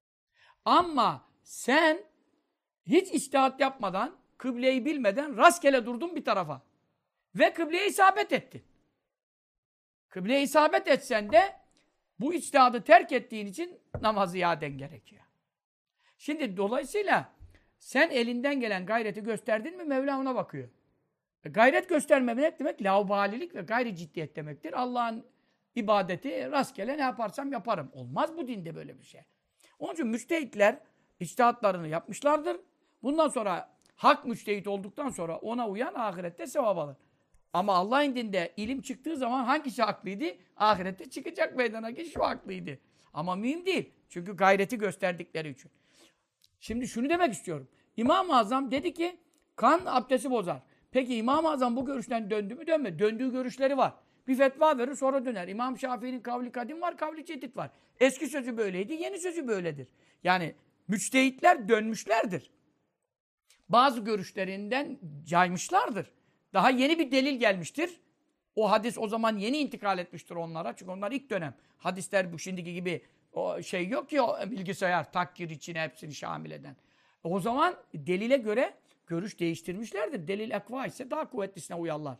Ama sen hiç içtihat yapmadan, kıbleyi bilmeden rastgele durdun bir tarafa. Ve kıbleye isabet ettin. Kıbleye isabet etsen de bu içtihadı terk ettiğin için namazı iaden gerekiyor. Şimdi dolayısıyla sen elinden gelen gayreti gösterdin mi Mevla ona bakıyor. Gayret göstermemek demek laubalilik ve gayri ciddiyet demektir. Allah'ın ibadeti rastgele ne yaparsam yaparım. Olmaz bu dinde böyle bir şey. Onun için müçtehitler içtihatlarını yapmışlardır. Bundan sonra hak müçtehit olduktan sonra ona uyan ahirette sevap alır. Ama Allah'ın dinde ilim çıktığı zaman hangisi haklıydı? Ahirette çıkacak meydana ki şu haklıydı. Ama mühim değil. Çünkü gayreti gösterdikleri için. Şimdi şunu demek istiyorum. İmam-ı Azam dedi ki kan abdesti bozar. Peki İmam-ı Azam bu görüşten döndü mü dönmedi? Döndüğü görüşleri var. Bir fetva verir sonra döner. İmam Şafii'nin kavli kadim var, kavli cedid var. Eski sözü böyleydi, yeni sözü böyledir. Yani müçtehitler dönmüşlerdir. Bazı görüşlerinden caymışlardır. Daha yeni bir delil gelmiştir. O hadis o zaman yeni intikal etmiştir onlara. Çünkü onlar ilk dönem. Hadisler bu şimdiki gibi o şey yok ki o bilgisayar takdir içine hepsini şamil eden. O zaman delile göre görüş değiştirmişlerdir. Delil ekva ise daha kuvvetlisine uyarlar.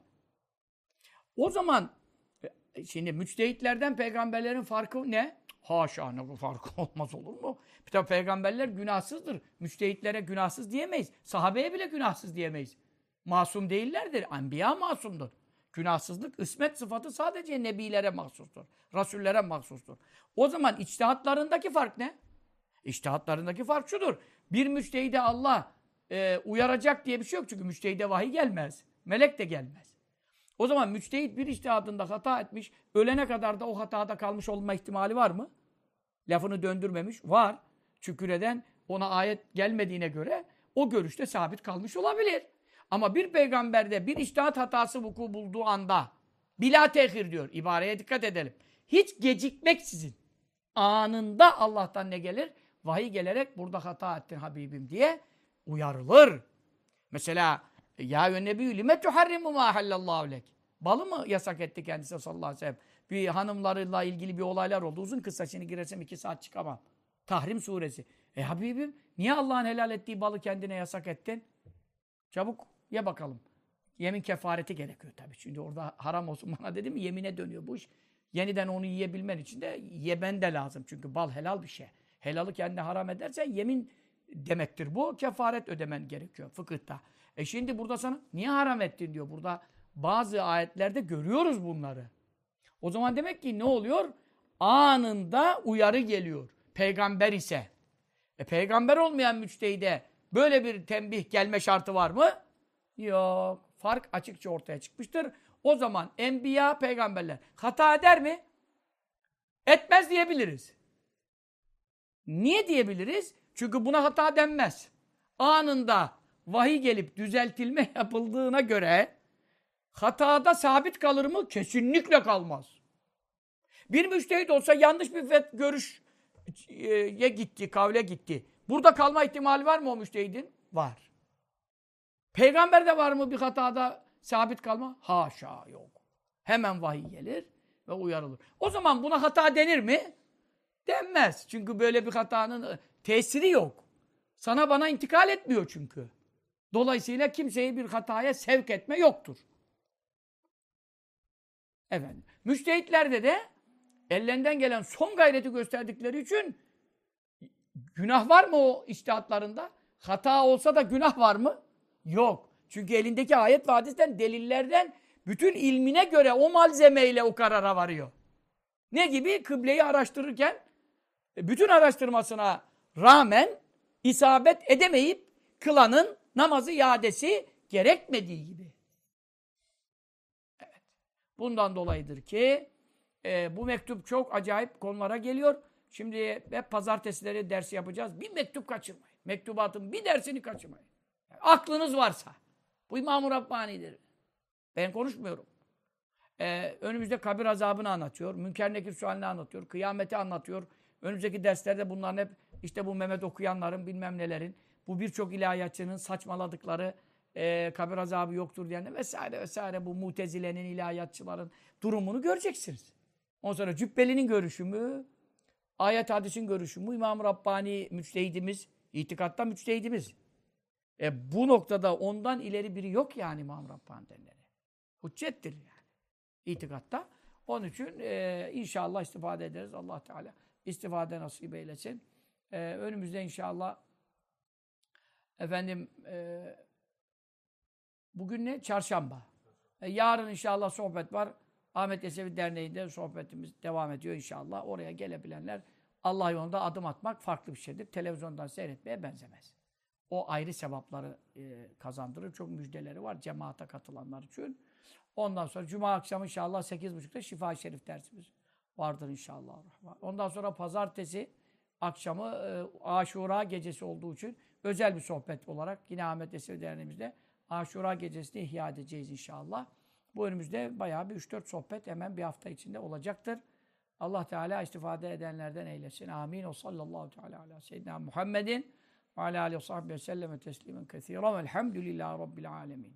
O zaman şimdi müçtehitlerden peygamberlerin farkı ne? Haşa ne bu farkı olmaz olur mu? Bir de peygamberler günahsızdır. Müçtehitlere günahsız diyemeyiz. Sahabeye bile günahsız diyemeyiz. Masum değillerdir. Enbiya masumdur. Günahsızlık, ısmet sıfatı sadece nebilere mahsustur. Rasullere mahsustur. O zaman içtihatlarındaki fark ne? İçtihatlarındaki fark şudur. Bir müçtehide Allah uyaracak diye bir şey yok. Çünkü müçtehide vahiy gelmez. Melek de gelmez. O zaman müçtehit bir içtihadında hata etmiş, ölene kadar da o hatada kalmış olma ihtimali var mı? Lafını döndürmemiş. Var. Çünkü neden? Ona ayet gelmediğine göre o görüşte sabit kalmış olabilir. Ama bir peygamberde bir içtihat hatası vuku bulduğu anda bila tehir diyor. İbareye dikkat edelim. Hiç gecikmeksizin anında Allah'tan ne gelir? Vahiy gelerek burada hata ettin Habibim diye uyarılır. Mesela ya nebiyyü lime tuharrimu ma halallahu lek. Balı mı yasak etti kendisi sallallahu aleyhi ve sellem? Bir hanımlarıyla ilgili bir olaylar oldu. Uzun kısa şimdi giresem 2 saat çıkamam. Tahrim suresi. Habibim niye Allah'ın helal ettiği balı kendine yasak ettin? Çabuk ye bakalım. Yemin kefareti gerekiyor tabii. Şimdi orada haram olsun bana dedim mi yemine dönüyor bu iş. Yeniden onu yiyebilmen için de yemen de lazım. Çünkü bal helal bir şey. Helalı kendine haram edersen yemin demektir bu. Kefaret ödemen gerekiyor fıkıhta. Şimdi burada sana niye haram ettin diyor. Burada bazı ayetlerde görüyoruz bunları. O zaman demek ki ne oluyor? Anında uyarı geliyor. Peygamber ise. Peygamber olmayan müçtehide böyle bir tembih gelme şartı var mı? Yok. Fark açıkça ortaya çıkmıştır. O zaman enbiya, peygamberler hata eder mi? Etmez diyebiliriz. Niye diyebiliriz? Çünkü buna hata denmez. Anında vahiy gelip düzeltilme yapıldığına göre hatada sabit kalır mı? Kesinlikle kalmaz. Bir müçtehit olsa yanlış bir görüşe gitti, kavle gitti. Burada kalma ihtimali var mı o müçtehidin? Var. Peygamberde var mı bir hatada sabit kalma? Haşa yok. Hemen vahiy gelir ve uyarılır. O zaman buna hata denir mi? Denmez. Çünkü böyle bir hatanın tesiri yok. Sana bana intikal etmiyor çünkü. Dolayısıyla kimseyi bir hataya sevk etme yoktur. Efendim. Müçtehitlerde de ellerinden gelen son gayreti gösterdikleri için günah var mı o içtihatlarında? Hata olsa da günah var mı? Yok. Çünkü elindeki ayet ve hadisten, delillerden bütün ilmine göre o malzemeyle o karara varıyor. Ne gibi? Kıbleyi araştırırken bütün araştırmasına rağmen isabet edemeyip kılanın namazı iadesi gerekmediği gibi. Evet. Bundan dolayıdır ki bu mektup çok acayip konulara geliyor. Şimdi hep pazartesileri dersi yapacağız. Bir mektup kaçırmayın. Mektubatın bir dersini kaçırmayın. Yani aklınız varsa. Bu İmam-ı Rabbani'dir. Ben konuşmuyorum. Önümüzde kabir azabını anlatıyor. Münker Nekir sualini anlatıyor. Kıyameti anlatıyor. Önümüzdeki derslerde bunların hep işte bu Mehmet okuyanların bilmem nelerin, bu birçok ilahiyatçının saçmaladıkları kabir azabı yoktur diyen vesaire vesaire bu Mutezile'nin, ilahiyatçıların durumunu göreceksiniz. Ondan sonra Cübbeli'nin görüşü mü, ayet hadisin görüşü mü, İmam-ı Rabbani müçtehidimiz, itikatta müçtehidimiz. Bu noktada ondan ileri biri yok yani İmam-ı Rabbani denilen. Hüccettir yani itikatta. Onun için inşallah istifade ederiz. Allah Teala istifade nasip eylesin. Önümüzde inşallah Efendim bugün ne? Çarşamba. Yarın inşallah sohbet var. Ahmet Yesevi Derneği'nde sohbetimiz devam ediyor inşallah. Oraya gelebilenler Allah yolunda adım atmak farklı bir şeydir. Televizyondan seyretmeye benzemez. O ayrı sevapları kazandırır. Çok müjdeleri var cemaate katılanlar için. Ondan sonra Cuma akşamı inşallah 8.30'da Şifa-i Şerif dersimiz vardır inşallah. Ondan sonra pazartesi akşamı Aşura gecesi olduğu için özel bir sohbet olarak yine Ahmet Yesevi Derneğimizde Aşura gecesini ihya edeceğiz inşallah. Bu önümüzde bayağı bir 3-4 sohbet hemen bir hafta içinde olacaktır. Allah Teala istifade edenlerden eylesin. Amin. O sallallahu teala ala seyyidina Muhammedin ve ala aleyhi ve sahbihi ve selleme teslimen kesiren velhamdülillahi rabbil alemin.